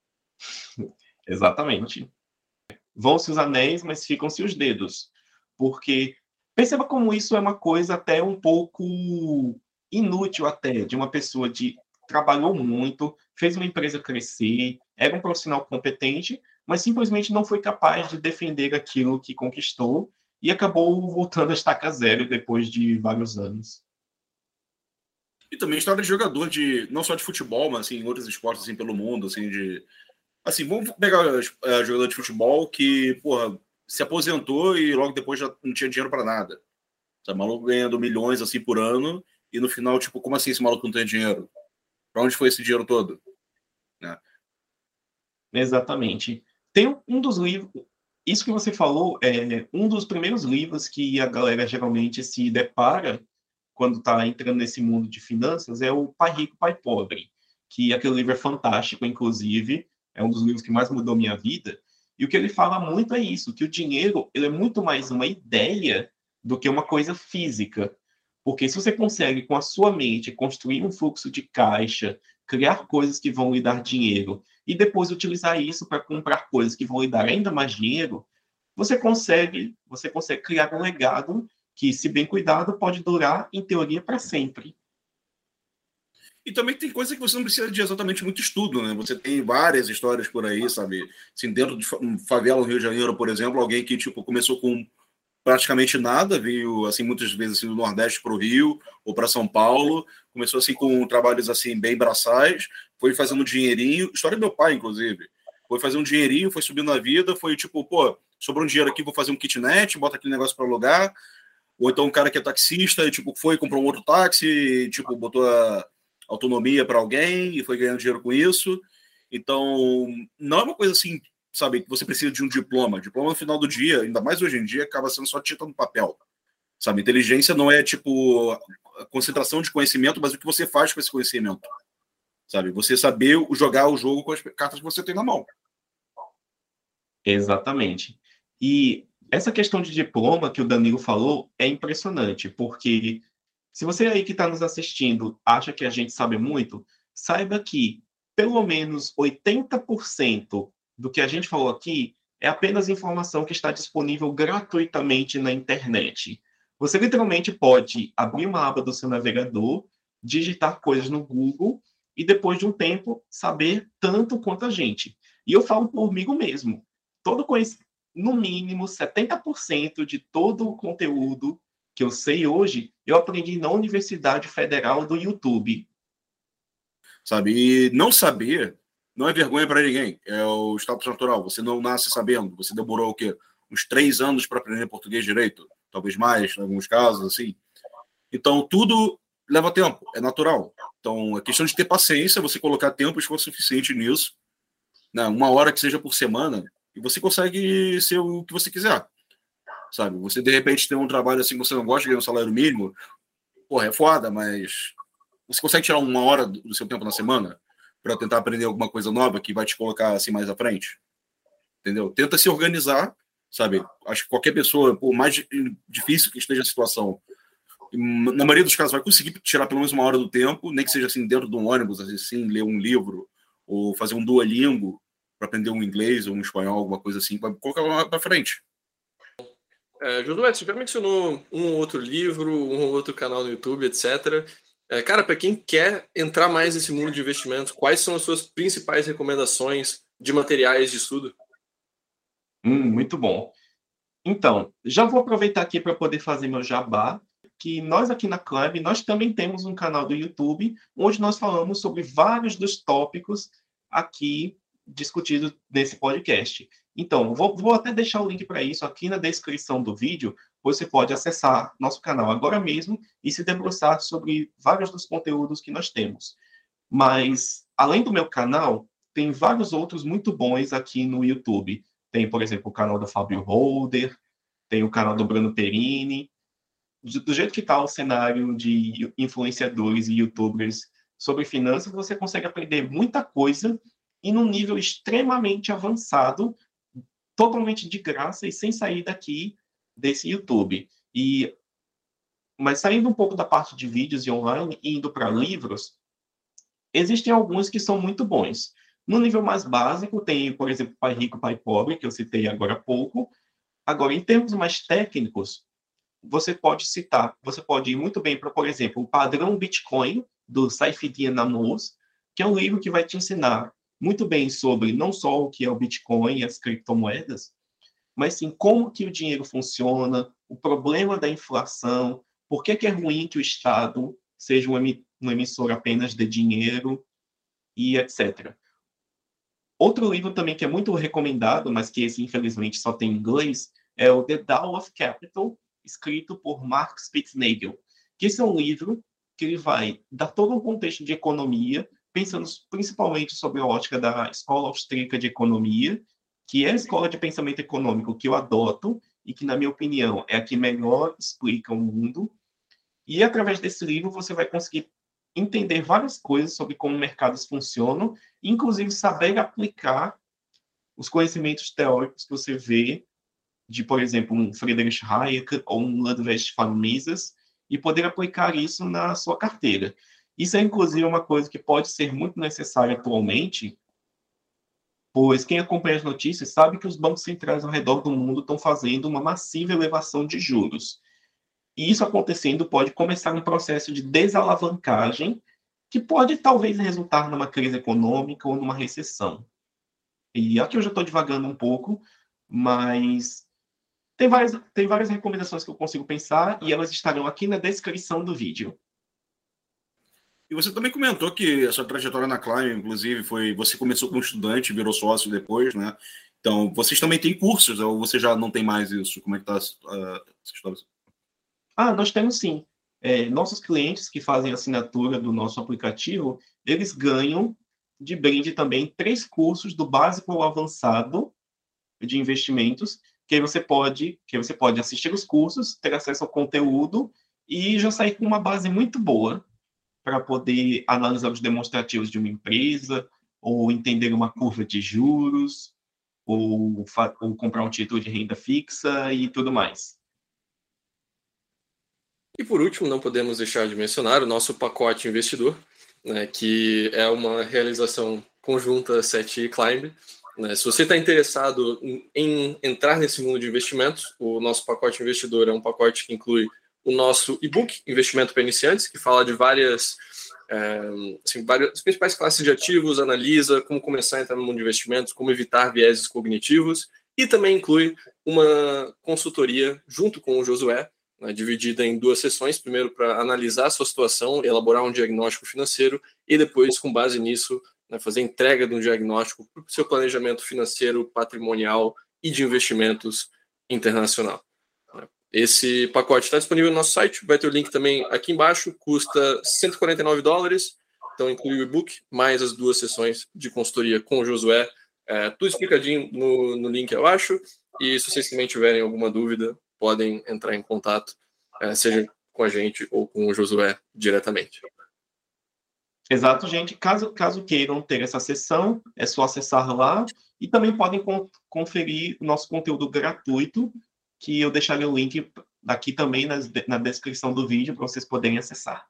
Exatamente. Vão-se os anéis, mas ficam-se os dedos. Porque perceba como isso é uma coisa até um pouco inútil até, de uma pessoa que trabalhou muito, fez uma empresa crescer, era um profissional competente, mas simplesmente não foi capaz de defender aquilo que conquistou e acabou voltando a estaca zero depois de vários anos. E também história de jogador de não só de futebol, mas assim, em outros esportes assim pelo mundo, assim de assim, vamos pegar jogador de futebol que, porra, se aposentou e logo depois já não tinha dinheiro para nada. Tá maluco ganhando milhões assim por ano e no final, tipo, como assim esse maluco não tem dinheiro? Para onde foi esse dinheiro todo? Né? Exatamente. Tem um dos livros, isso que você falou é um dos primeiros livros que a galera geralmente se depara quando está entrando nesse mundo de finanças, é o Pai Rico, Pai Pobre, que aquele livro é fantástico, inclusive, é um dos livros que mais mudou minha vida, e o que ele fala muito é isso, que o dinheiro ele é muito mais uma ideia do que uma coisa física, porque se você consegue, com a sua mente, construir um fluxo de caixa, criar coisas que vão lhe dar dinheiro, e depois utilizar isso para comprar coisas que vão lhe dar ainda mais dinheiro, você consegue criar um legado que, se bem cuidado, pode durar, em teoria, para sempre. E também tem coisa que você não precisa de exatamente muito estudo, né? Você tem várias histórias por aí, sabe? Assim, dentro de favela no Rio de Janeiro, por exemplo, alguém que tipo começou com praticamente nada, veio assim muitas vezes assim, do Nordeste para o Rio ou para São Paulo, começou assim com trabalhos assim bem braçais, foi fazendo um dinheirinho, história do meu pai inclusive, foi fazer um dinheirinho, foi subindo na vida, foi tipo, pô, sobrou um dinheiro aqui, vou fazer um kitnet, bota aquele negócio para alugar, ou então um cara que é taxista e tipo foi comprou um outro táxi, e, tipo botou a autonomia para alguém e foi ganhando dinheiro com isso. Então, não é uma coisa assim, sabe, que você precisa de um diploma. Diploma no final do dia, ainda mais hoje em dia, acaba sendo só tinta no papel. Sabe, inteligência não é tipo a concentração de conhecimento, mas o que você faz com esse conhecimento. Sabe, você saber jogar o jogo com as cartas que você tem na mão. Exatamente. E essa questão de diploma que o Danilo falou é impressionante, porque se você aí que está nos assistindo acha que a gente sabe muito, saiba que pelo menos 80% do que a gente falou aqui é apenas informação que está disponível gratuitamente na internet. Você literalmente pode abrir uma aba do seu navegador, digitar coisas no Google e depois de um tempo saber tanto quanto a gente. E eu falo comigo mesmo. No mínimo 70% de todo o conteúdo que eu sei hoje, eu aprendi na Universidade Federal do YouTube. Sabe, e não saber não é vergonha para ninguém, é o status natural. Você não nasce sabendo, você demorou o quê? Uns 3 anos para aprender português direito, talvez mais, em alguns casos, assim. Então, tudo leva tempo, é natural. Então, é questão de ter paciência, você colocar tempo e esforço suficiente nisso, né? 1 hora que seja por semana, e você consegue ser o que você quiser. sabe? Você, de repente, tem um trabalho assim que você não gosta de ganhar um salário mínimo, porra, é foda, mas você consegue tirar uma hora do seu tempo na semana para tentar aprender alguma coisa nova que vai te colocar assim mais à frente? Entendeu? Tenta se organizar, sabe? Acho que qualquer pessoa, por mais difícil que esteja a situação, na maioria dos casos vai conseguir tirar pelo menos uma hora do tempo, nem que seja assim dentro de um ônibus, assim, ler um livro ou fazer um Duolingo para aprender um inglês ou um espanhol, alguma coisa assim, para colocar lá para frente. Josué, você já mencionou um ou outro livro, um ou outro canal no YouTube, etc. Cara, para quem quer entrar mais nesse mundo de investimentos, quais são as suas principais recomendações de materiais de estudo? Muito bom. Então, já vou aproveitar aqui para poder fazer meu jabá, que nós aqui na Climb, nós também temos um canal do YouTube, onde nós falamos sobre vários dos tópicos aqui discutidos nesse podcast. Então, vou até deixar o link para isso aqui na descrição do vídeo. Você pode acessar nosso canal agora mesmo e se debruçar sobre vários dos conteúdos que nós temos. Mas, além do meu canal, tem vários outros muito bons aqui no YouTube. Tem, por exemplo, o canal do Fábio Holder, tem o canal do Bruno Perini. Do jeito que está o cenário de influenciadores e youtubers sobre finanças, você consegue aprender muita coisa e num nível extremamente avançado, totalmente de graça e sem sair daqui desse YouTube. Mas saindo um pouco da parte de vídeos e online e indo para livros, existem alguns que são muito bons. No nível mais básico, tem, por exemplo, Pai Rico, Pai Pobre, que eu citei agora há pouco. Agora, em termos mais técnicos, você pode ir muito bem para, por exemplo, o Padrão Bitcoin, do Saifedean Ammous, que é um livro que vai te ensinar muito bem sobre não só o que é o Bitcoin e as criptomoedas, mas sim como que o dinheiro funciona, o problema da inflação, por que é ruim que o Estado seja um emissor apenas de dinheiro e etc. Outro livro também que é muito recomendado, mas que esse infelizmente só tem em inglês, é o The Tao of Capital, escrito por Mark Spitznagel, que esse é um livro que ele vai dar todo um contexto de economia, pensando principalmente sobre a ótica da Escola Austríaca de Economia, que é a escola de pensamento econômico que eu adoto e que, na minha opinião, é a que melhor explica o mundo. E através desse livro você vai conseguir entender várias coisas sobre como mercados funcionam, inclusive saber aplicar os conhecimentos teóricos que você vê de, por exemplo, um Friedrich Hayek ou um Ludwig von Mises e poder aplicar isso na sua carteira. Isso é, inclusive, uma coisa que pode ser muito necessária atualmente, pois quem acompanha as notícias sabe que os bancos centrais ao redor do mundo estão fazendo uma massiva elevação de juros. E isso acontecendo pode começar um processo de desalavancagem que pode talvez resultar numa crise econômica ou numa recessão. E aqui eu já estou divagando um pouco, mas tem várias recomendações que eu consigo pensar e elas estarão aqui na descrição do vídeo. E você também comentou que a sua trajetória na Climb, inclusive, você começou como estudante, virou sócio depois, né? Então, vocês também têm cursos, ou você já não tem mais isso? Como é que está essa história? Nós temos sim. Nossos clientes que fazem assinatura do nosso aplicativo, eles ganham de brinde também 3 cursos do básico ao avançado de investimentos, que você pode assistir os cursos, ter acesso ao conteúdo e já sair com uma base muito boa para poder analisar os demonstrativos de uma empresa, ou entender uma curva de juros, ou comprar um título de renda fixa e tudo mais. E por último, não podemos deixar de mencionar o nosso pacote investidor, né, que é uma realização conjunta SET e Climb. Se você está interessado em entrar nesse mundo de investimentos, o nosso pacote investidor é um pacote que inclui o nosso e-book Investimento para Iniciantes, que fala de várias as principais classes de ativos, analisa como começar a entrar no mundo de investimentos, como evitar vieses cognitivos, e também inclui uma consultoria junto com o Josué, dividida em 2 sessões, primeiro para analisar a sua situação, elaborar um diagnóstico financeiro e depois, com base nisso, fazer entrega de um diagnóstico para o seu planejamento financeiro, patrimonial e de investimentos internacional. Esse pacote está disponível no nosso site, vai ter o link também aqui embaixo, custa $149, então inclui o e-book, mais as 2 sessões de consultoria com o Josué, tudo explicadinho no link abaixo, e se vocês também tiverem alguma dúvida, podem entrar em contato, seja com a gente ou com o Josué diretamente. Exato, gente. Caso queiram ter essa sessão, é só acessar lá. E também podem conferir o nosso conteúdo gratuito, que eu deixarei o link aqui também na descrição do vídeo para vocês poderem acessar.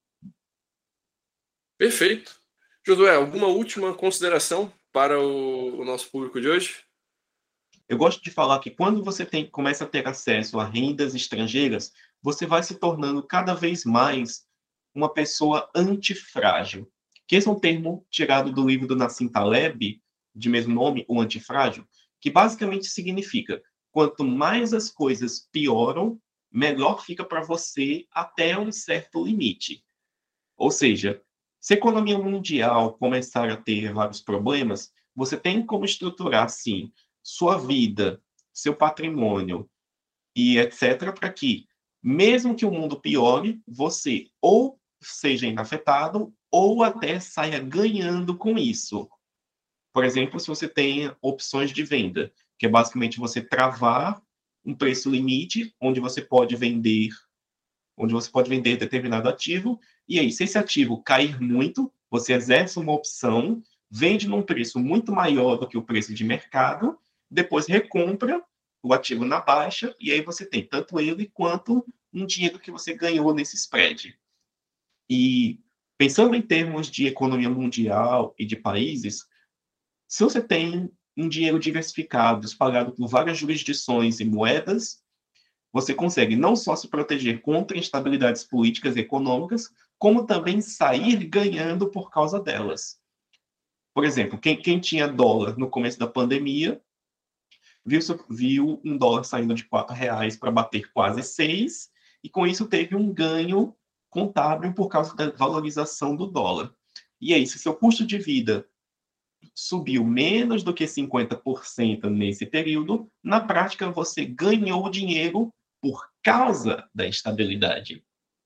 Perfeito. Josué, alguma última consideração para o nosso público de hoje? Eu gosto de falar que quando você começa a ter acesso a rendas estrangeiras, você vai se tornando cada vez mais uma pessoa antifrágil. Que esse é um termo tirado do livro do Nassim Taleb, de mesmo nome, o antifrágil, que basicamente significa: quanto mais as coisas pioram, melhor fica para você até um certo limite. Ou seja, se a economia mundial começar a ter vários problemas, você tem como estruturar, sim, sua vida, seu patrimônio e etc., para que, mesmo que o mundo piore, você ou seja inafetado ou até saia ganhando com isso. Por exemplo, se você tem opções de venda, que é basicamente você travar um preço limite onde você pode vender determinado ativo, e aí, se esse ativo cair muito, você exerce uma opção, vende num preço muito maior do que o preço de mercado, depois recompra o ativo na baixa, e aí você tem tanto ele quanto um dinheiro que você ganhou nesse spread. E pensando em termos de economia mundial e de países, se você tem um dinheiro diversificado, espalhado por várias jurisdições e moedas, você consegue não só se proteger contra instabilidades políticas e econômicas, como também sair ganhando por causa delas. Por exemplo, quem tinha dólar no começo da pandemia, viu um dólar saindo de R$ 4 para bater quase 6, e com isso teve um ganho contábil por causa da valorização do dólar. E aí, se seu custo de vida subiu menos do que 50% nesse período, na prática você ganhou dinheiro por causa da estabilidade.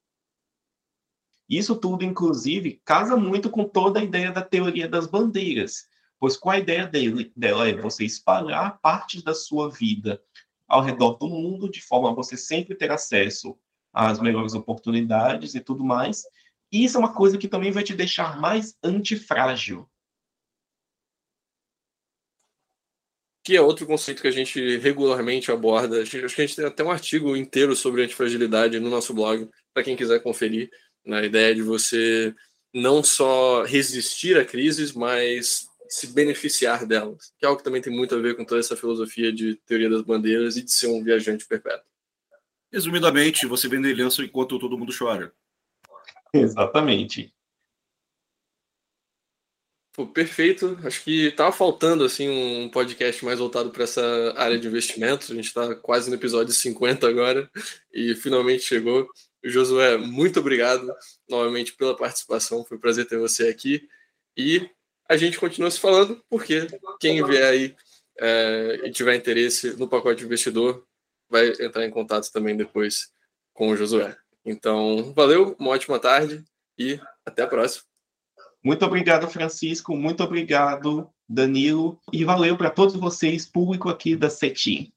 Isso tudo, inclusive, casa muito com toda a ideia da teoria das bandeiras, pois qual a ideia dela é você espalhar partes da sua vida ao redor do mundo, de forma a você sempre ter acesso às melhores oportunidades e tudo mais. E isso é uma coisa que também vai te deixar mais antifrágil. Que é outro conceito que a gente regularmente aborda. Acho que a gente tem até um artigo inteiro sobre antifragilidade no nosso blog, para quem quiser conferir, na ideia de você não só resistir a crises, mas se beneficiar delas, que é algo que também tem muito a ver com toda essa filosofia de teoria das bandeiras e de ser um viajante perpétuo. Resumidamente, você vende lenço enquanto todo mundo chora. Exatamente. Pô, perfeito. Acho que estava faltando assim um podcast mais voltado para essa área de investimentos. A gente está quase no episódio 50 agora e finalmente chegou. Josué, muito obrigado novamente pela participação. Foi um prazer ter você aqui. E a gente continua se falando, porque quem vier aí e tiver interesse no pacote de investidor vai entrar em contato também depois com o Josué. Então, valeu, uma ótima tarde e até a próxima. Muito obrigado, Francisco. Muito obrigado, Danilo. E valeu para todos vocês, público aqui da CETI.